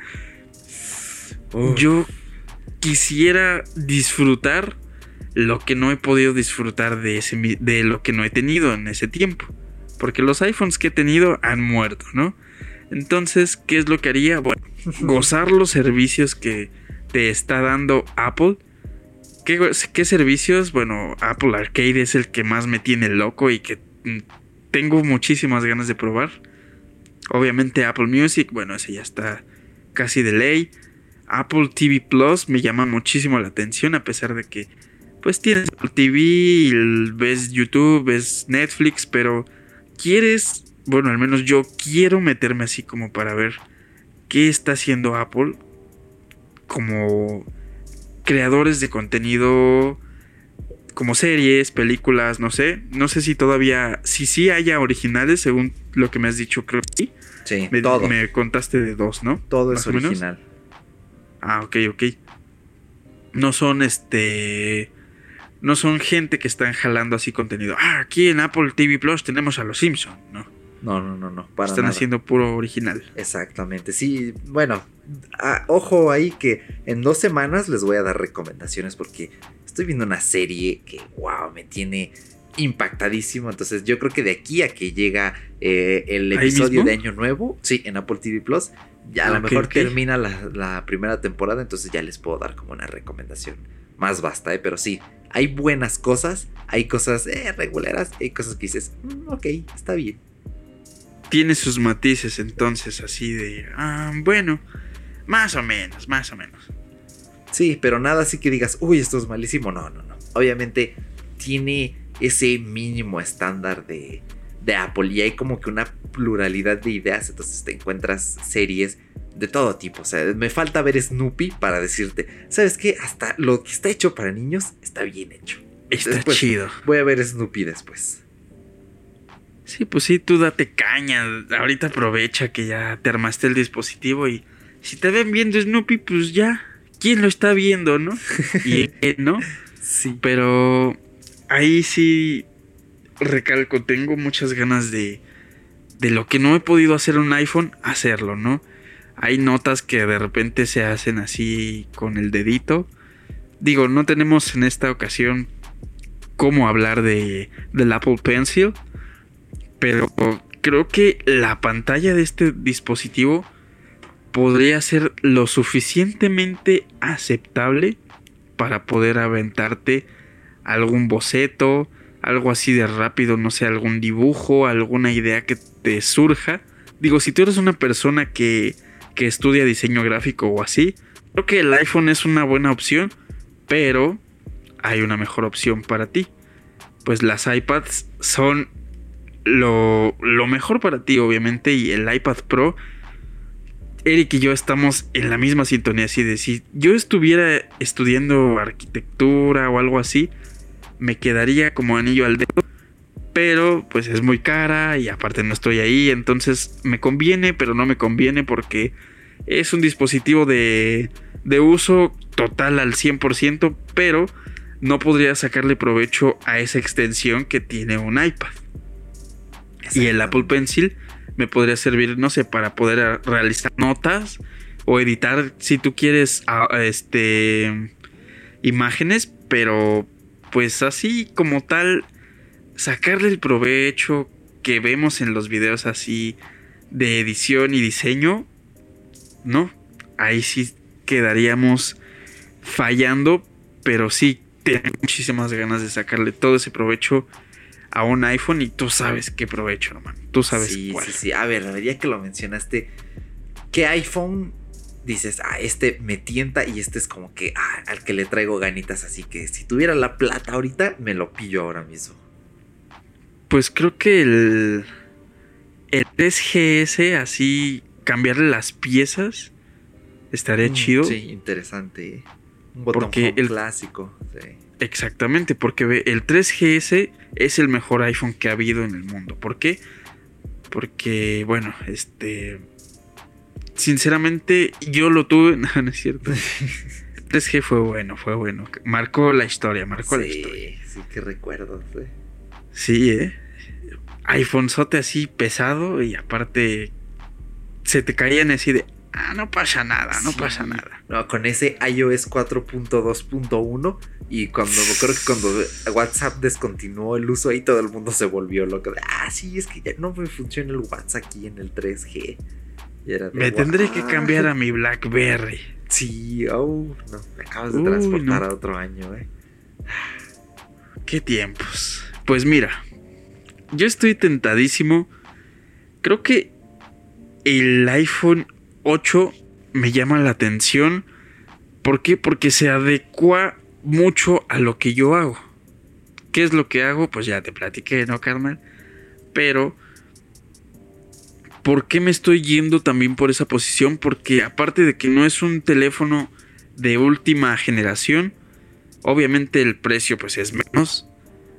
yo quisiera disfrutar lo que no he podido disfrutar de lo que no he tenido en ese tiempo. Porque los iPhones que he tenido han muerto, ¿no? Entonces, ¿qué es lo que haría? Bueno, gozar los servicios que te está dando Apple. ¿Qué servicios? Bueno, Apple Arcade es el que más me tiene loco y que tengo muchísimas ganas de probar. Obviamente Apple Music, bueno, ese ya está casi de ley. Apple TV Plus me llama muchísimo la atención, a pesar de que pues tienes Apple TV, y ves YouTube, ves Netflix, pero bueno, al menos yo quiero meterme así como para ver qué está haciendo Apple como creadores de contenido, como series, películas, no sé si todavía, si sí haya originales, según lo que me has dicho, creo que sí. Sí, todo. Me contaste de 2, ¿no? Todo es original. Ok. No son no son gente que están jalando así contenido. Aquí en Apple TV Plus tenemos a los Simpsons, ¿no? No, para Están nada. haciendo puro original. Exactamente, sí, bueno, ojo ahí que en 2 semanas les voy a dar recomendaciones porque estoy viendo una serie que, wow, me tiene impactadísimo. Entonces yo creo que de aquí a que llega el episodio de Año Nuevo, sí, en Apple TV Plus, ya a lo mejor termina la primera temporada, entonces ya les puedo dar como una recomendación más vasta, pero sí, hay buenas cosas, hay cosas regulares, hay cosas que dices, ok, está bien. Tiene sus matices entonces así de... bueno, más o menos. Sí, pero nada así que digas, uy, esto es malísimo. No. Obviamente tiene ese mínimo estándar de Apple y hay como que una pluralidad de ideas. Entonces te encuentras series de todo tipo. O sea, me falta ver Snoopy para decirte, ¿sabes qué? Hasta lo que está hecho para niños está bien hecho. Está chido. Voy a ver Snoopy después. Sí, pues sí, tú date caña. Ahorita aprovecha que ya te armaste el dispositivo y si te ven viendo Snoopy, pues ya, ¿quién lo está viendo, no? Y ¿no? Sí. Pero ahí sí recalco, tengo muchas ganas de lo que no he podido hacer en un iPhone, hacerlo, ¿no? Hay notas que de repente se hacen así con el dedito. Digo, no tenemos en esta ocasión cómo hablar del Apple Pencil, pero creo que la pantalla de este dispositivo podría ser lo suficientemente aceptable para poder aventarte algún boceto, algo así de rápido, no sé, algún dibujo, alguna idea que te surja. Digo, si tú eres una persona que estudia diseño gráfico o así, creo que el iPhone es una buena opción, pero hay una mejor opción para ti. Pues las iPads son lo mejor para ti, obviamente, y el iPad Pro, Eric y yo estamos en la misma sintonía, así de si yo estuviera estudiando arquitectura o algo así, me quedaría como anillo al dedo pero pues es muy cara y aparte no estoy ahí, entonces me conviene, pero no me conviene porque es un dispositivo de uso total al 100%, pero no podría sacarle provecho a esa extensión que tiene un iPad. Y el Apple Pencil me podría servir, no sé, para poder realizar notas o editar, si tú quieres, imágenes, pero pues así como tal, sacarle el provecho que vemos en los videos así de edición y diseño, no, ahí sí quedaríamos fallando, pero sí tengo muchísimas ganas de sacarle todo ese provecho a un iPhone y tú sabes qué provecho, hermano. Tú sabes cuál. Sí. A ver, ya que lo mencionaste, ¿qué iPhone dices, este me tienta y este es como que al que le traigo ganitas? Así que si tuviera la plata ahorita, me lo pillo ahora mismo. Pues creo que el 3GS, así cambiarle las piezas, estaría chido. Sí, interesante. Un botón clásico. Sí. Exactamente, porque el 3GS es el mejor iPhone que ha habido en el mundo. ¿Por qué? Porque, bueno, sinceramente yo lo tuve. No, no es cierto. El 3G fue bueno. Marcó la historia, Sí, qué recuerdos, Sí, iPhonezote así pesado y aparte se te caían así de... no pasa nada. No, con ese iOS 4.2.1 y creo que cuando WhatsApp descontinuó el uso ahí, todo el mundo se volvió loco. Sí, es que ya no me funciona el WhatsApp aquí en el 3G. Me tendré que cambiar a mi BlackBerry. Sí, no, me acabas de transportar a otro año, Qué tiempos. Pues mira, yo estoy tentadísimo. Creo que el iPhone 8 me llama la atención. ¿Por qué? Porque se adecua mucho a lo que yo hago. ¿Qué es lo que hago? Pues ya te platiqué, ¿no, carnal? Pero ¿por qué me estoy yendo también por esa posición? Porque aparte de que no es un teléfono de última generación, obviamente el precio pues es menos.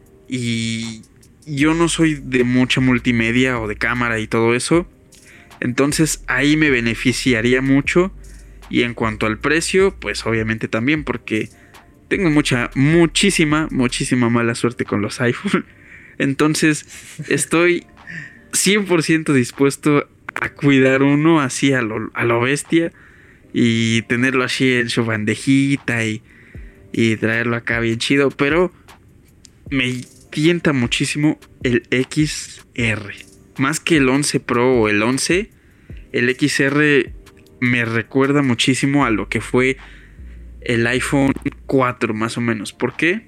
Y yo no soy de mucha multimedia o de cámara y todo eso. Entonces ahí me beneficiaría mucho. Y en cuanto al precio, pues obviamente también, porque tengo muchísima mala suerte con los iPhone. Entonces estoy 100% dispuesto a cuidar uno así a lo bestia. Y tenerlo así en su bandejita y traerlo acá bien chido. Pero me tienta muchísimo el XR. Más que el 11 Pro o el 11, el XR me recuerda muchísimo a lo que fue el iPhone 4 más o menos. ¿Por qué?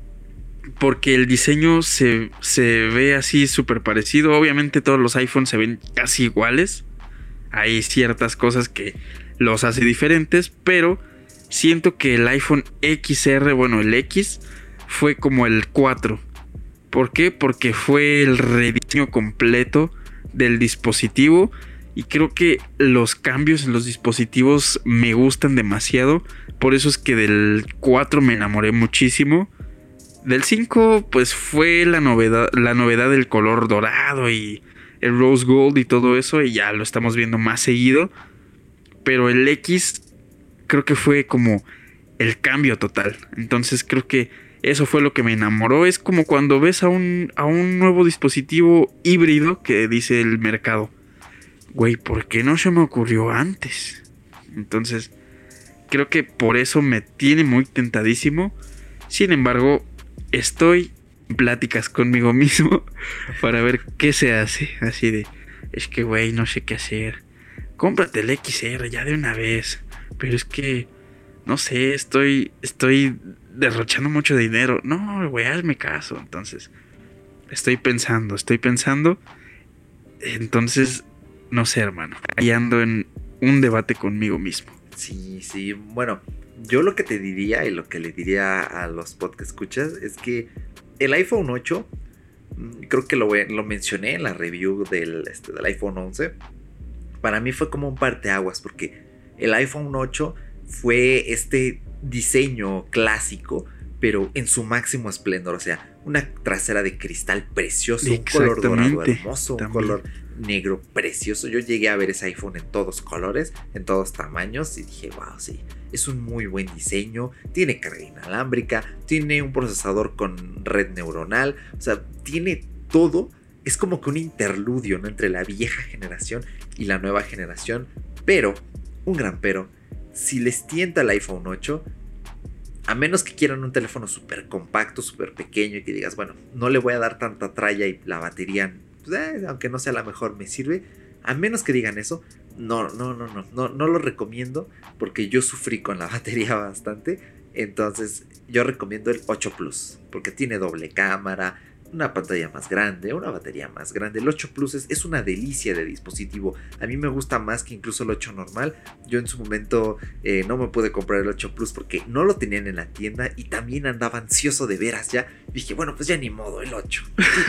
Porque el diseño se ve así súper parecido. Obviamente todos los iPhones se ven casi iguales. Hay ciertas cosas que los hace diferentes, pero siento que el iPhone XR, bueno, el X, fue como el 4. ¿Por qué? Porque fue el rediseño completo del dispositivo. Y creo que los cambios en los dispositivos me gustan demasiado. Por eso es que del 4 me enamoré muchísimo. Del 5 pues fue la novedad del color dorado y el rose gold y todo eso. Y ya lo estamos viendo más seguido. Pero el X creo que fue como el cambio total. Entonces creo que eso fue lo que me enamoró. Es como cuando ves a un nuevo dispositivo híbrido que dice el mercado: güey, ¿por qué no se me ocurrió antes? Entonces, creo que por eso me tiene muy tentadísimo. Sin embargo, estoy en pláticas conmigo mismo para ver qué se hace. Así de, es que, güey, no sé qué hacer. Cómprate el XR ya de una vez. Pero es que, no sé, estoy derrochando mucho dinero. No, güey, hazme caso. Entonces, estoy pensando. Entonces, no sé, hermano. Ahí ando en un debate conmigo mismo. Sí. Bueno, yo lo que te diría y lo que le diría a los podcast escuchas es que el iPhone 8, creo que lo mencioné en la review del iPhone 11. Para mí fue como un parteaguas, porque el iPhone 8 fue este diseño clásico, pero en su máximo esplendor. O sea, una trasera de cristal precioso, un color dorado hermoso, un color negro precioso. Yo llegué a ver ese iPhone en todos colores, en todos tamaños y dije, wow, sí, es un muy buen diseño, tiene carga inalámbrica, tiene un procesador con red neuronal, o sea, tiene todo. Es como que un interludio, ¿no?, entre la vieja generación y la nueva generación, pero, un gran pero, si les tienta el iPhone 8, a menos que quieran un teléfono súper compacto, súper pequeño y que digas, bueno, no le voy a dar tanta tralla y la batería, pues, aunque no sea la mejor, me sirve. A menos que digan eso, no lo recomiendo porque yo sufrí con la batería bastante. Entonces yo recomiendo el 8 Plus porque tiene doble cámara, una pantalla más grande, una batería más grande. El 8 Plus es una delicia de dispositivo. A mí me gusta más que incluso el 8 normal. Yo en su momento no me pude comprar el 8 Plus porque no lo tenían en la tienda y también andaba ansioso de veras ya. Dije, bueno, pues ya ni modo, el 8.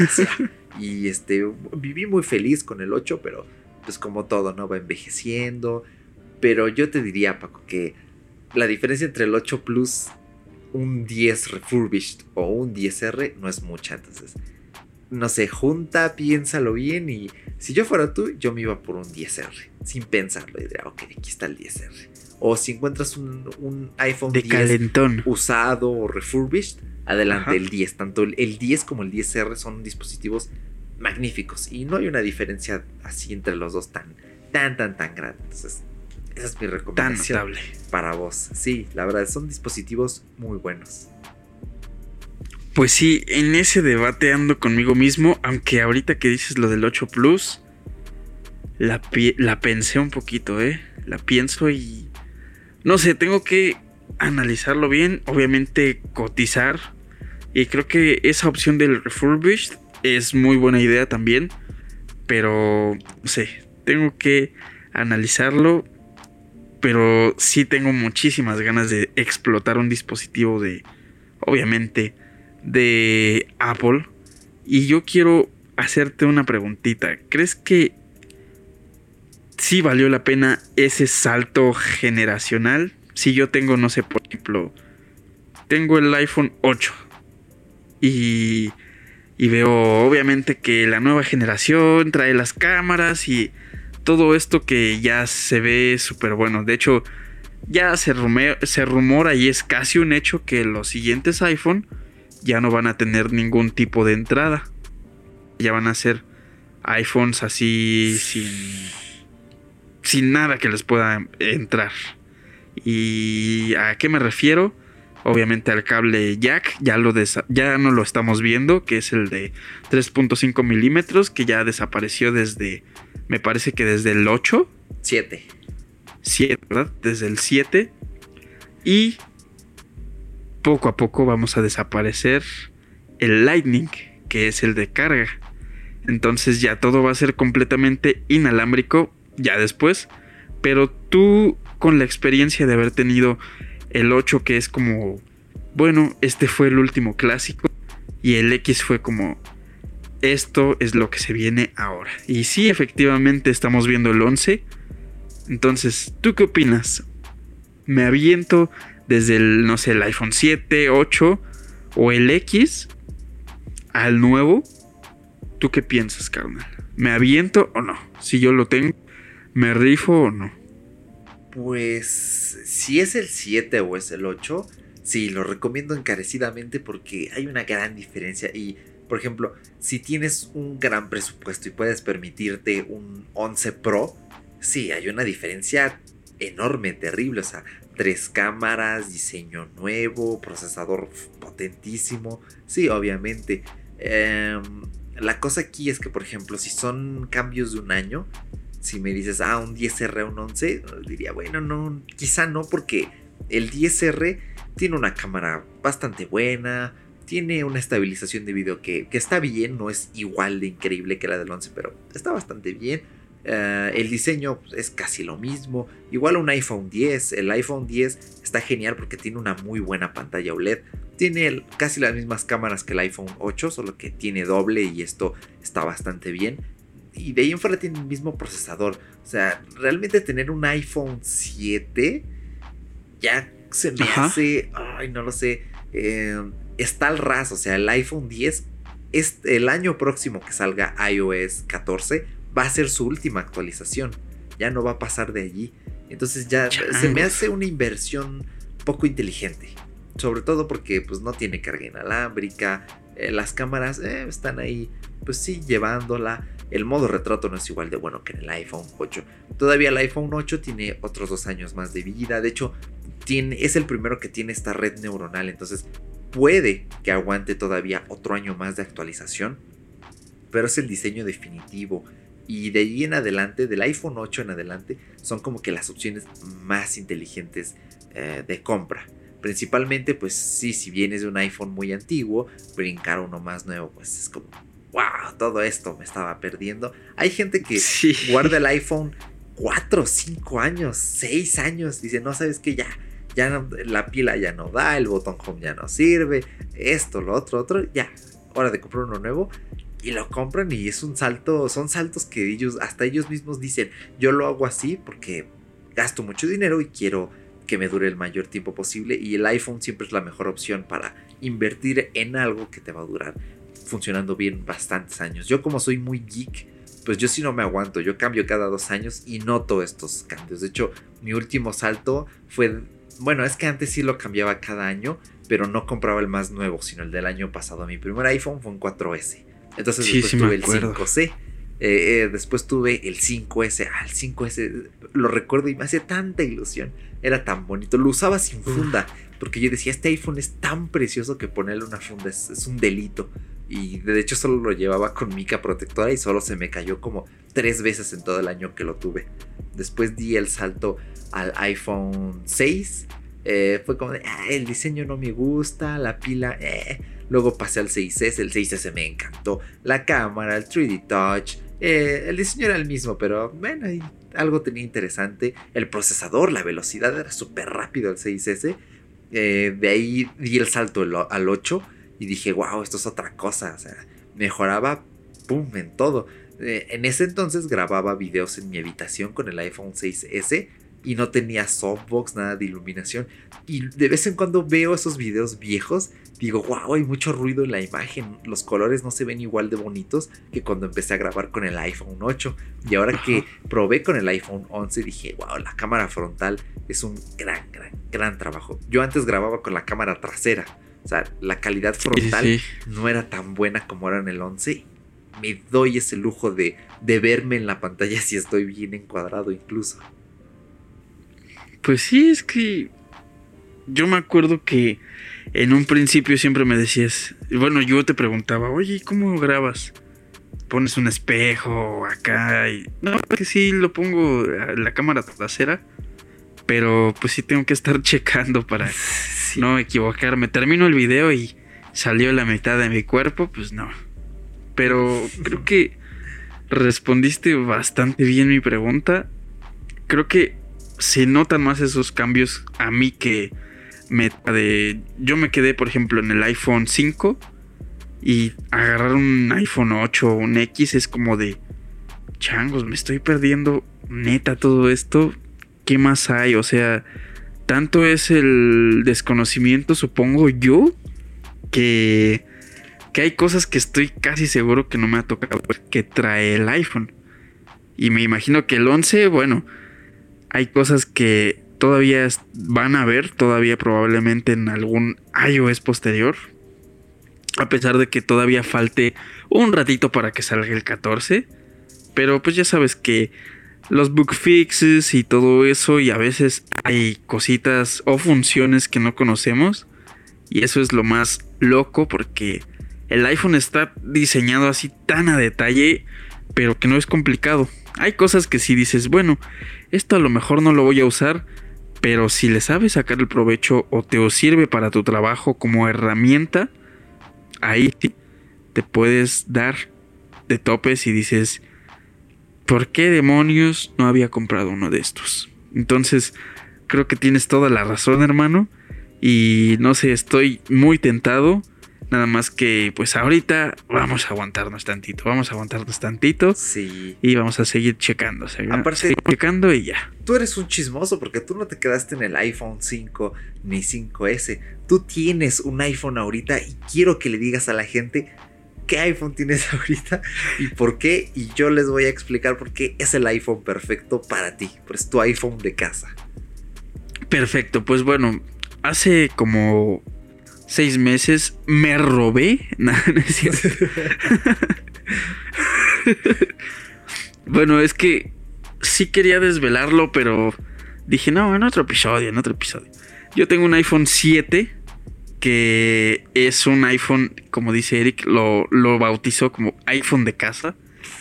Y viví muy feliz con el 8, pero pues como todo, ¿no? Va envejeciendo. Pero yo te diría, Paco, que la diferencia entre el 8 Plus, un 10 refurbished o un 10R no es mucha. Entonces, no sé, piénsalo bien. Y si yo fuera tú, yo me iba por un 10R sin pensarlo. Y diría, ok, aquí está el 10R. O si encuentras un iPhone de 10 calentón usado o refurbished, adelante. Ajá. El 10, tanto el 10 como el 10R son dispositivos magníficos y no hay una diferencia así entre los dos tan grande. Entonces, esa es mi recomendación tan notable para vos. Sí, la verdad, son dispositivos muy buenos. Pues sí, en ese debate ando conmigo mismo, aunque ahorita que dices lo del 8 Plus, la pensé un poquito, la pienso y no sé, tengo que analizarlo bien, obviamente cotizar, y creo que esa opción del refurbished es muy buena idea también, pero no sé, tengo que analizarlo. Pero sí tengo muchísimas ganas de explotar un dispositivo obviamente, de Apple. Y yo quiero hacerte una preguntita. ¿Crees que sí valió la pena ese salto generacional? Si yo tengo, no sé, por ejemplo, tengo el iPhone 8 y veo obviamente que la nueva generación trae las cámaras y todo esto que ya se ve súper bueno. De hecho, ya se rumora y es casi un hecho que los siguientes iPhone ya no van a tener ningún tipo de entrada. Ya van a ser iPhones así sin nada que les pueda entrar. ¿Y a qué me refiero? Obviamente al cable jack, ya no lo estamos viendo, que es el de 3.5 milímetros, que ya desapareció me parece que desde el 8. 7, ¿verdad? Desde el 7. Y poco a poco vamos a desaparecer el Lightning, que es el de carga. Entonces ya todo va a ser completamente inalámbrico ya después. Pero tú, con la experiencia de haber tenido el 8, que es como, bueno, este fue el último clásico, y el X fue como, esto es lo que se viene ahora. Y sí, efectivamente estamos viendo el 11. Entonces, ¿tú qué opinas? ¿Me aviento desde el iPhone 7, 8 o el X al nuevo? ¿Tú qué piensas, carnal? ¿Me aviento o no? Si yo lo tengo, ¿me rifo o no? Pues si es el 7 o es el 8, sí, lo recomiendo encarecidamente porque hay una gran diferencia. Y, por ejemplo, si tienes un gran presupuesto y puedes permitirte un 11 Pro, sí, hay una diferencia enorme, terrible. O sea, 3 cámaras, diseño nuevo, procesador potentísimo. Sí, obviamente. La cosa aquí es que, por ejemplo, si son cambios de un año, si me dices, un 10R a un 11, diría, bueno, no, quizá no, porque el 10R tiene una cámara bastante buena, tiene una estabilización de video que está bien, no es igual de increíble que la del 11, pero está bastante bien. El diseño es casi lo mismo, igual un iPhone 10. El iPhone 10 está genial porque tiene una muy buena pantalla OLED, tiene casi las mismas cámaras que el iPhone 8, solo que tiene doble y esto está bastante bien. Y de ahí en fuera tiene el mismo procesador. O sea, realmente tener un iPhone 7 ya se me hace, no lo sé, está al ras. O sea, el iPhone 10, el año próximo que salga iOS 14, va a ser su última actualización. Ya no va a pasar de allí. Entonces ya se me hace una inversión poco inteligente. Sobre todo porque pues no tiene carga inalámbrica. Las cámaras están ahí, pues sí, llevándola. El modo retrato no es igual de bueno que en el iPhone 8. Todavía el iPhone 8 tiene otros 2 años más de vida. De hecho, es el primero que tiene esta red neuronal. Entonces puede que aguante todavía otro año más de actualización. Pero es el diseño definitivo. Y de allí en adelante, del iPhone 8 en adelante, son como que las opciones más inteligentes de compra. Principalmente, pues sí, si vienes de un iPhone muy antiguo, brincar uno más nuevo, pues es como, wow, todo esto me estaba perdiendo. Hay gente que guarda el iPhone 4, 5 años, 6 años, dice, no, sabes que ya no, la pila ya no da, el botón home ya no sirve, esto, lo otro, ya, hora de comprar uno nuevo. Y lo compran y es un salto, son saltos que hasta ellos mismos dicen, yo lo hago así porque gasto mucho dinero y quiero que me dure el mayor tiempo posible, y el iPhone siempre es la mejor opción para invertir en algo que te va a durar funcionando bien bastantes años. Yo, como soy muy geek, pues yo sí no me aguanto, yo cambio cada 2 años y noto estos cambios. De hecho, mi último salto fue, bueno, es que antes sí lo cambiaba cada año, pero no compraba el más nuevo, sino el del año pasado. Mi primer iPhone fue un 4S. Entonces después tuve el 5C, después tuve el 5S. El 5S lo recuerdo y me hacía tanta ilusión. Era tan bonito, lo usaba sin funda, porque yo decía, este iPhone es tan precioso que ponerle una funda es un delito. Y de hecho solo lo llevaba con mica protectora y solo se me cayó como 3 veces en todo el año que lo tuve. Después di el salto al iPhone 6. Fue como de, el diseño no me gusta, la pila, Luego pasé al 6S, el 6S me encantó. La cámara, el 3D Touch, el diseño era el mismo, pero bueno, algo tenía interesante. El procesador, la velocidad era súper rápido el 6S. De ahí di el salto al 8 y dije, wow, esto es otra cosa. O sea, mejoraba, pum, en todo. En ese entonces grababa videos en mi habitación con el iPhone 6S. Y no tenía softbox, nada de iluminación. Y de vez en cuando veo esos videos viejos, digo, wow, hay mucho ruido en la imagen. Los colores no se ven igual de bonitos que cuando empecé a grabar con el iPhone 8. Y ahora que probé con el iPhone 11, dije, wow, la cámara frontal es un gran trabajo. Yo antes grababa con la cámara trasera. O sea, la calidad frontal no era tan buena como era en el 11. Me doy ese lujo de verme en la pantalla si estoy bien encuadrado incluso. Pues sí, es que yo me acuerdo que en un principio siempre me decías, bueno, yo te preguntaba, oye, ¿cómo grabas? ¿Pones un espejo acá? Y no, es que sí lo pongo a la cámara trasera, pero pues sí tengo que estar checando para no equivocarme. Termino el video y salió la mitad de mi cuerpo, pues no. Pero creo que respondiste bastante bien mi pregunta. Creo que se notan más esos cambios a mí que yo me quedé, por ejemplo, en el iPhone 5 y agarrar un iPhone 8 o un X es como de changos, me estoy perdiendo neta todo esto. ¿Qué más hay? O sea, tanto es el desconocimiento, supongo yo, que hay cosas que estoy casi seguro que no me ha tocado que trae el iPhone. Y me imagino que el 11, bueno, hay cosas que todavía van a ver, todavía probablemente en algún iOS posterior. A pesar de que todavía falte un ratito para que salga el 14. Pero pues ya sabes que los bug fixes y todo eso, y a veces hay cositas o funciones que no conocemos. Y eso es lo más loco, porque el iPhone está diseñado así tan a detalle, pero que no es complicado. Hay cosas que sí dices, bueno, esto a lo mejor no lo voy a usar, pero si le sabes sacar el provecho o te sirve para tu trabajo como herramienta, ahí sí te puedes dar de topes y dices, ¿por qué demonios no había comprado uno de estos? Entonces, creo que tienes toda la razón, hermano, y no sé, estoy muy tentado Nada más que pues ahorita vamos a aguantarnos tantito. Sí. Y vamos a seguir checando. Aparte, checando y ya. Tú eres un chismoso porque tú no te quedaste en el iPhone 5 ni 5S. Tú tienes un iPhone ahorita y quiero que le digas a la gente qué iPhone tienes ahorita y por qué. Y yo les voy a explicar por qué es el iPhone perfecto para ti. Pues es tu iPhone de casa. Perfecto, pues bueno, hace como 6 meses me robé. No, no es cierto. Bueno, es que sí quería desvelarlo, pero dije, no, en otro episodio. Yo tengo un iPhone 7, que es un iPhone, como dice Eric, lo bautizó como iPhone de casa.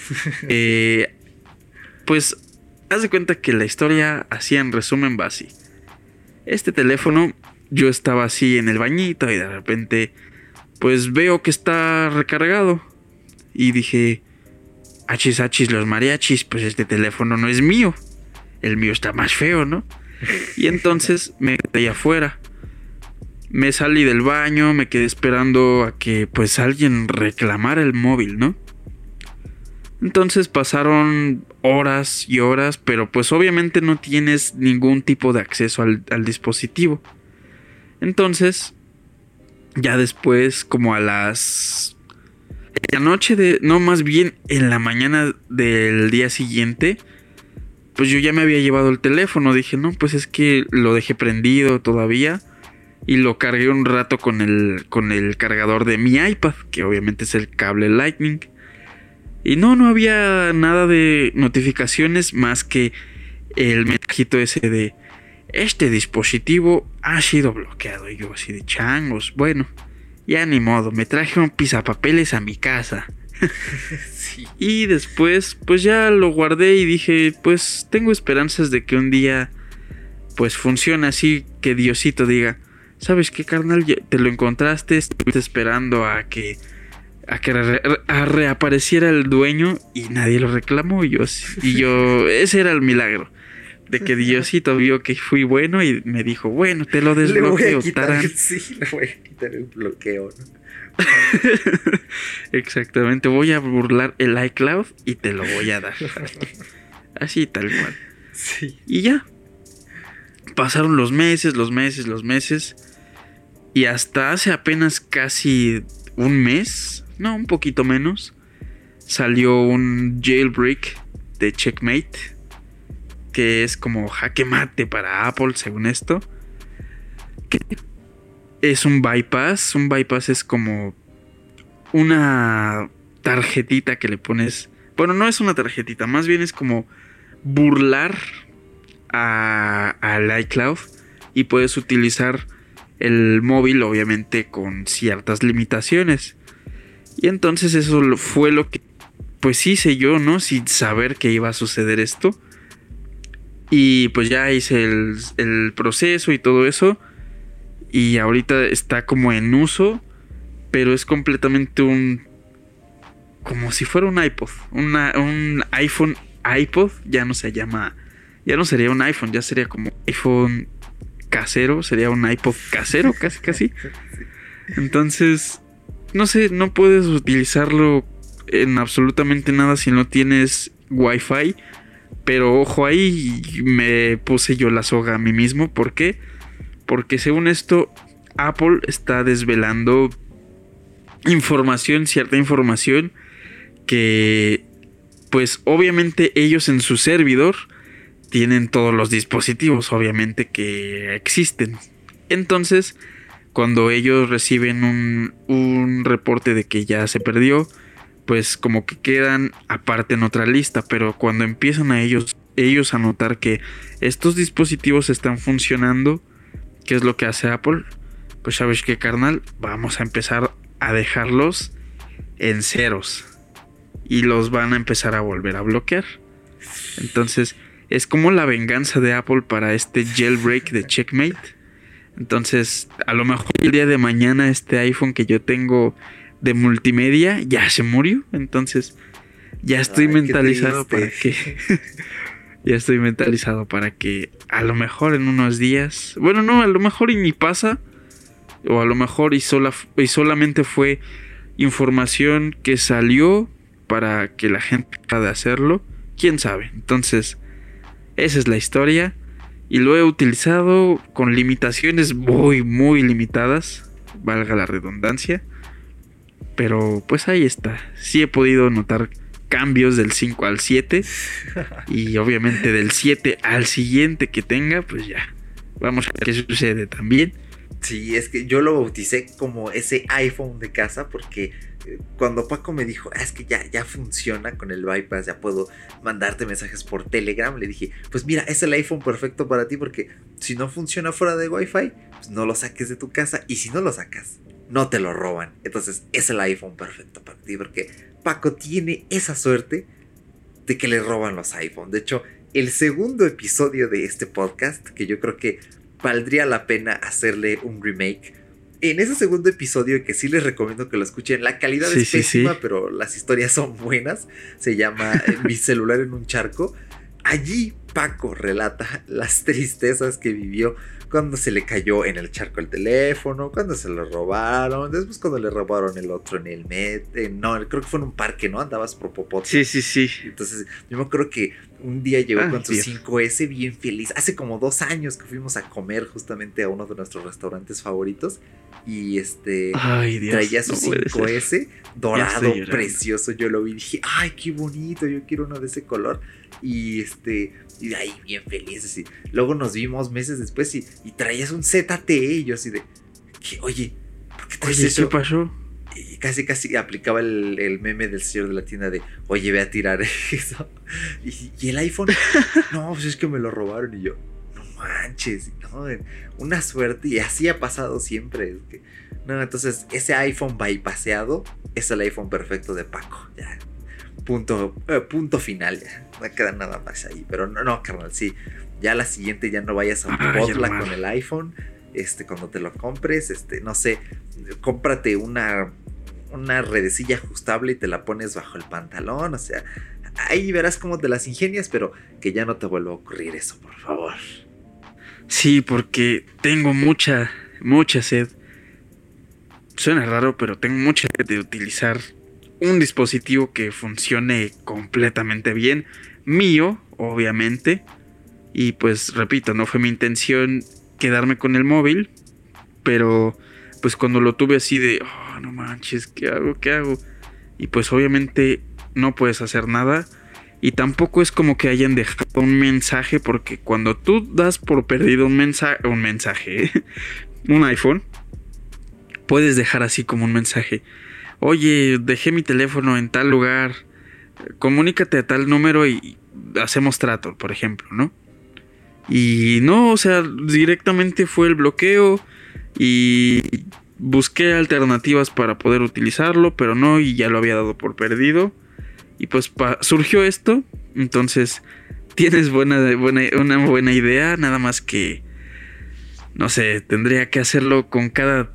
Pues, haz de cuenta que la historia, así en resumen, va así. Este teléfono, yo estaba así en el bañito y de repente, pues veo que está recargado. Y dije, achis, los mariachis, pues este teléfono no es mío. El mío está más feo, ¿no? Y entonces me quedé afuera. Me salí del baño, me quedé esperando a que pues alguien reclamara el móvil, ¿no? Entonces pasaron horas y horas, pero pues obviamente no tienes ningún tipo de acceso al dispositivo. Entonces, ya después, como a las... la noche de... no, más bien en la mañana del día siguiente, pues yo ya me había llevado el teléfono. Dije, no, pues es que lo dejé prendido todavía. Y lo cargué un rato con el cargador de mi iPad, que obviamente es el cable Lightning. Y no había nada de notificaciones más que el mensajito ese de este dispositivo ha sido bloqueado. Y yo así de changos, bueno, ya ni modo, me traje un pisapapeles a mi casa. Sí. Y después pues ya lo guardé y dije, pues tengo esperanzas de que un día pues funcione así, que Diosito diga, ¿sabes qué, carnal? Te lo encontraste, estuviste esperando a que reapareciera el dueño y nadie lo reclamó. Y yo, ese era el milagro. De que Diosito vio que fui bueno y me dijo, bueno, te lo desbloqueo. Le voy a quitar el bloqueo, ¿no? Exactamente, voy a burlar el iCloud y te lo voy a dar. Así tal cual. Sí. Y ya. Pasaron los meses. Y hasta hace apenas casi un mes, no, un poquito menos, salió un jailbreak de Checkmate, que es como jaque mate para Apple, según esto. Que es un bypass. Un bypass es como una tarjetita que le pones. Bueno, no es una tarjetita, más bien es como burlar al iCloud. Y puedes utilizar el móvil, obviamente, con ciertas limitaciones. Y entonces eso fue lo que pues hice yo, ¿no? Sin saber que iba a suceder esto. Y pues ya hice el proceso y todo eso. Y ahorita está como en uso. Pero es completamente como si fuera un iPod. Un iPhone iPod. Ya no se llama. Ya no sería un iPhone. Ya sería como iPhone casero. Sería un iPod casero, casi. Entonces, no sé, no puedes utilizarlo en absolutamente nada si no tienes Wi-Fi. Pero ojo, ahí me puse yo la soga a mí mismo. ¿Por qué? Porque según esto, Apple está desvelando cierta información que, pues obviamente ellos en su servidor tienen todos los dispositivos, obviamente, que existen. Entonces, cuando ellos reciben un reporte de que ya se perdió, pues como que quedan aparte en otra lista. Pero cuando empiezan a ellos a notar que estos dispositivos están funcionando, ¿qué es lo que hace Apple? Pues sabes qué, carnal, vamos a empezar a dejarlos en ceros y los van a empezar a volver a bloquear. Entonces es como la venganza de Apple para este jailbreak de Checkmate. Entonces a lo mejor el día de mañana este iPhone que yo tengo de multimedia ya se murió. Entonces ya estoy mentalizado para que ya estoy mentalizado para que a lo mejor en unos días, bueno, no, a lo mejor y ni pasa, O a lo mejor y solamente fue información que salió para que la gente pueda hacerlo. ¿Quién sabe? Entonces, esa es la historia. Y lo he utilizado con limitaciones muy, muy limitadas. Valga la redundancia. Pero pues ahí está. Sí he podido notar cambios del 5 al 7. Y obviamente del 7 al siguiente que tenga, pues ya. Vamos a ver qué sucede también. Sí, es que yo lo bauticé como ese iPhone de casa porque cuando Paco me dijo, es que ya funciona con el bypass, ya puedo mandarte mensajes por Telegram, le dije, pues mira, es el iPhone perfecto para ti porque si no funciona fuera de Wi-Fi, pues no lo saques de tu casa y si no lo sacas, no te lo roban. Entonces es el iPhone perfecto para ti porque Paco tiene esa suerte de que le roban los iPhones. De hecho, el segundo episodio de este podcast, que yo creo que valdría la pena hacerle un remake. En ese segundo episodio, que sí les recomiendo que lo escuchen, la calidad es pésima, pero las historias son buenas. Se llama Mi celular en un charco. Allí Paco relata las tristezas que vivió cuando se le cayó en el charco el teléfono, cuando se lo robaron, después cuando le robaron el otro en el no, creo que fue en un parque, ¿no? Andabas por Popotla. Sí. Entonces, yo me acuerdo que un día llegó con su 5S bien feliz. Hace como 2 años que fuimos a comer justamente a uno de nuestros restaurantes favoritos. Y traía su 5S dorado, precioso. Yo lo vi y dije, ay, qué bonito, yo quiero uno de ese color. Y de ahí bien feliz así. Luego nos vimos meses después y traías un ZTE. Y yo así de, oye, ¿por qué traes eso? ¿Qué pasó? Y casi aplicaba el meme del señor de la tienda de, oye, ve a tirar eso. Y el iPhone, no, pues es que me lo robaron. Y yo, no manches, no, una suerte. Y así ha pasado siempre. Es que, no, entonces ese iPhone bypaseado es el iPhone perfecto de Paco. Ya, punto final. Ya, no queda nada más ahí. Pero no, carnal, sí. Ya la siguiente ya no vayas a Popotla con el iPhone. Cuando te lo compres, no sé, cómprate una redecilla ajustable y te la pones bajo el pantalón. O sea, ahí verás cómo te las ingenias, pero que ya no te vuelva a ocurrir eso, por favor. Sí, porque tengo mucha sed. Suena raro, pero tengo mucha sed de utilizar un dispositivo que funcione completamente bien. Mío, obviamente. Y pues repito, no fue mi intención quedarme con el móvil, pero pues cuando lo tuve así de, oh, no manches, ¿qué hago? Y pues obviamente no puedes hacer nada. Y tampoco es como que hayan dejado un mensaje, porque cuando tú das por perdido un mensaje, un iPhone, puedes dejar así como un mensaje. Oye, dejé mi teléfono en tal lugar, comunícate a tal número y hacemos trato, por ejemplo, ¿no? Y no, o sea, directamente fue el bloqueo y busqué alternativas para poder utilizarlo, pero no, y ya lo había dado por perdido. Y pues surgió esto, entonces tienes una buena idea, nada más que, no sé, tendría que hacerlo con cada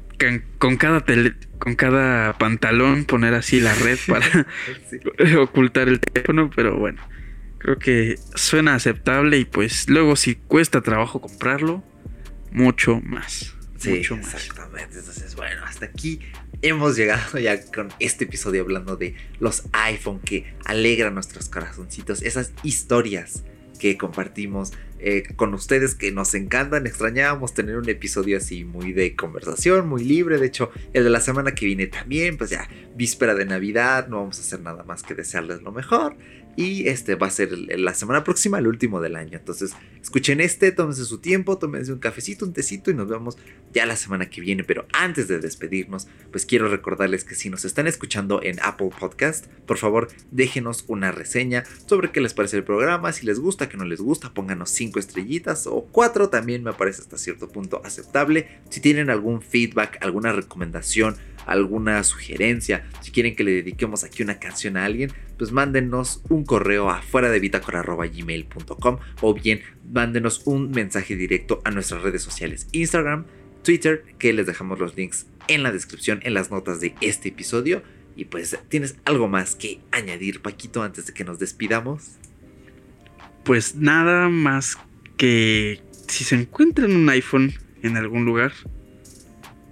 pantalón, poner así la red para ocultar el teléfono, pero bueno. Creo que suena aceptable y pues luego si cuesta trabajo comprarlo, mucho más. Sí, mucho más. Exactamente. Entonces, bueno, hasta aquí hemos llegado ya con este episodio hablando de los iPhone que alegran nuestros corazoncitos. Esas historias que compartimos con ustedes que nos encantan. Extrañábamos tener un episodio así muy de conversación, muy libre. De hecho, el de la semana que viene también, pues ya víspera de Navidad, no vamos a hacer nada más que desearles lo mejor. Y va a ser la semana próxima, el último del año. Entonces, escuchen tómense su tiempo, tómense un cafecito, un tecito y nos vemos ya la semana que viene. Pero antes de despedirnos, pues quiero recordarles que si nos están escuchando en Apple Podcast, por favor, déjenos una reseña sobre qué les parece el programa. Si les gusta, que no les gusta, pónganos 5 estrellitas o 4, también me parece hasta cierto punto aceptable. Si tienen algún feedback, alguna recomendación, alguna sugerencia, si quieren que le dediquemos aquí una canción a alguien, pues mándenos un correo a fueradebitácora@gmail.com o bien mándenos un mensaje directo a nuestras redes sociales, Instagram, Twitter, que les dejamos los links en la descripción, en las notas de este episodio. Y pues, ¿tienes algo más que añadir, Paquito, antes de que nos despidamos? Pues nada más que si se encuentran un iPhone en algún lugar,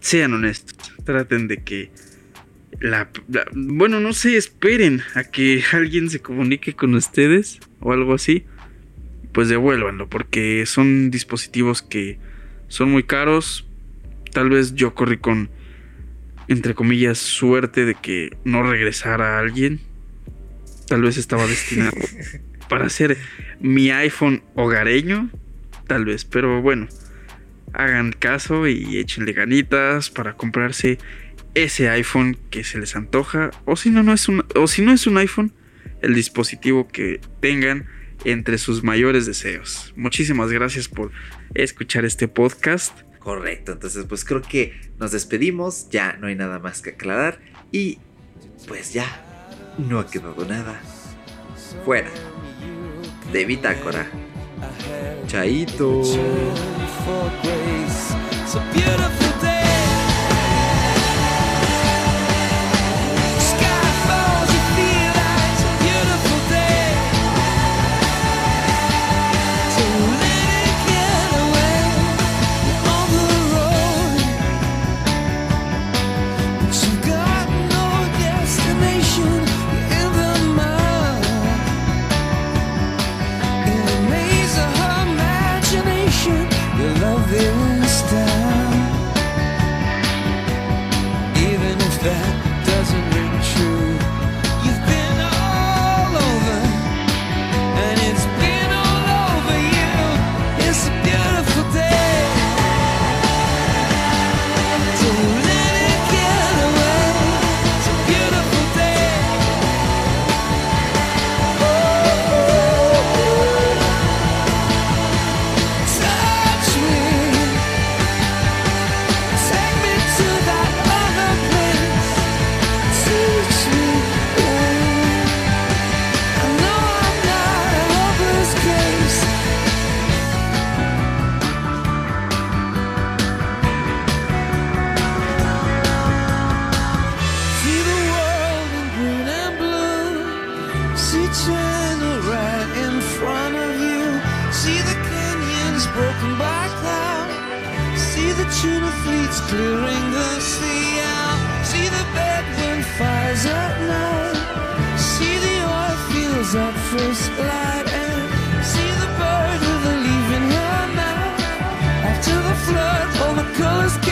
sean honestos. Traten de que bueno, no sé, esperen a que alguien se comunique con ustedes o algo así. Pues devuélvanlo, porque son dispositivos que son muy caros. Tal vez yo corrí con, entre comillas, suerte de que no regresara a alguien. Tal vez estaba destinado para ser mi iPhone hogareño. Tal vez, pero bueno, hagan caso y échenle ganitas para comprarse ese iPhone que se les antoja. O si no es un iPhone, el dispositivo que tengan entre sus mayores deseos. Muchísimas gracias por escuchar este podcast. Correcto, entonces pues creo que nos despedimos, ya no hay nada más que aclarar y pues ya no ha quedado nada fuera de Bitácora. Chaito. Clearing the sea out. See the bedroom fires at night. See the oil fields at first light. And see the bird with a leaf in her mouth. After the flood, all the colors came.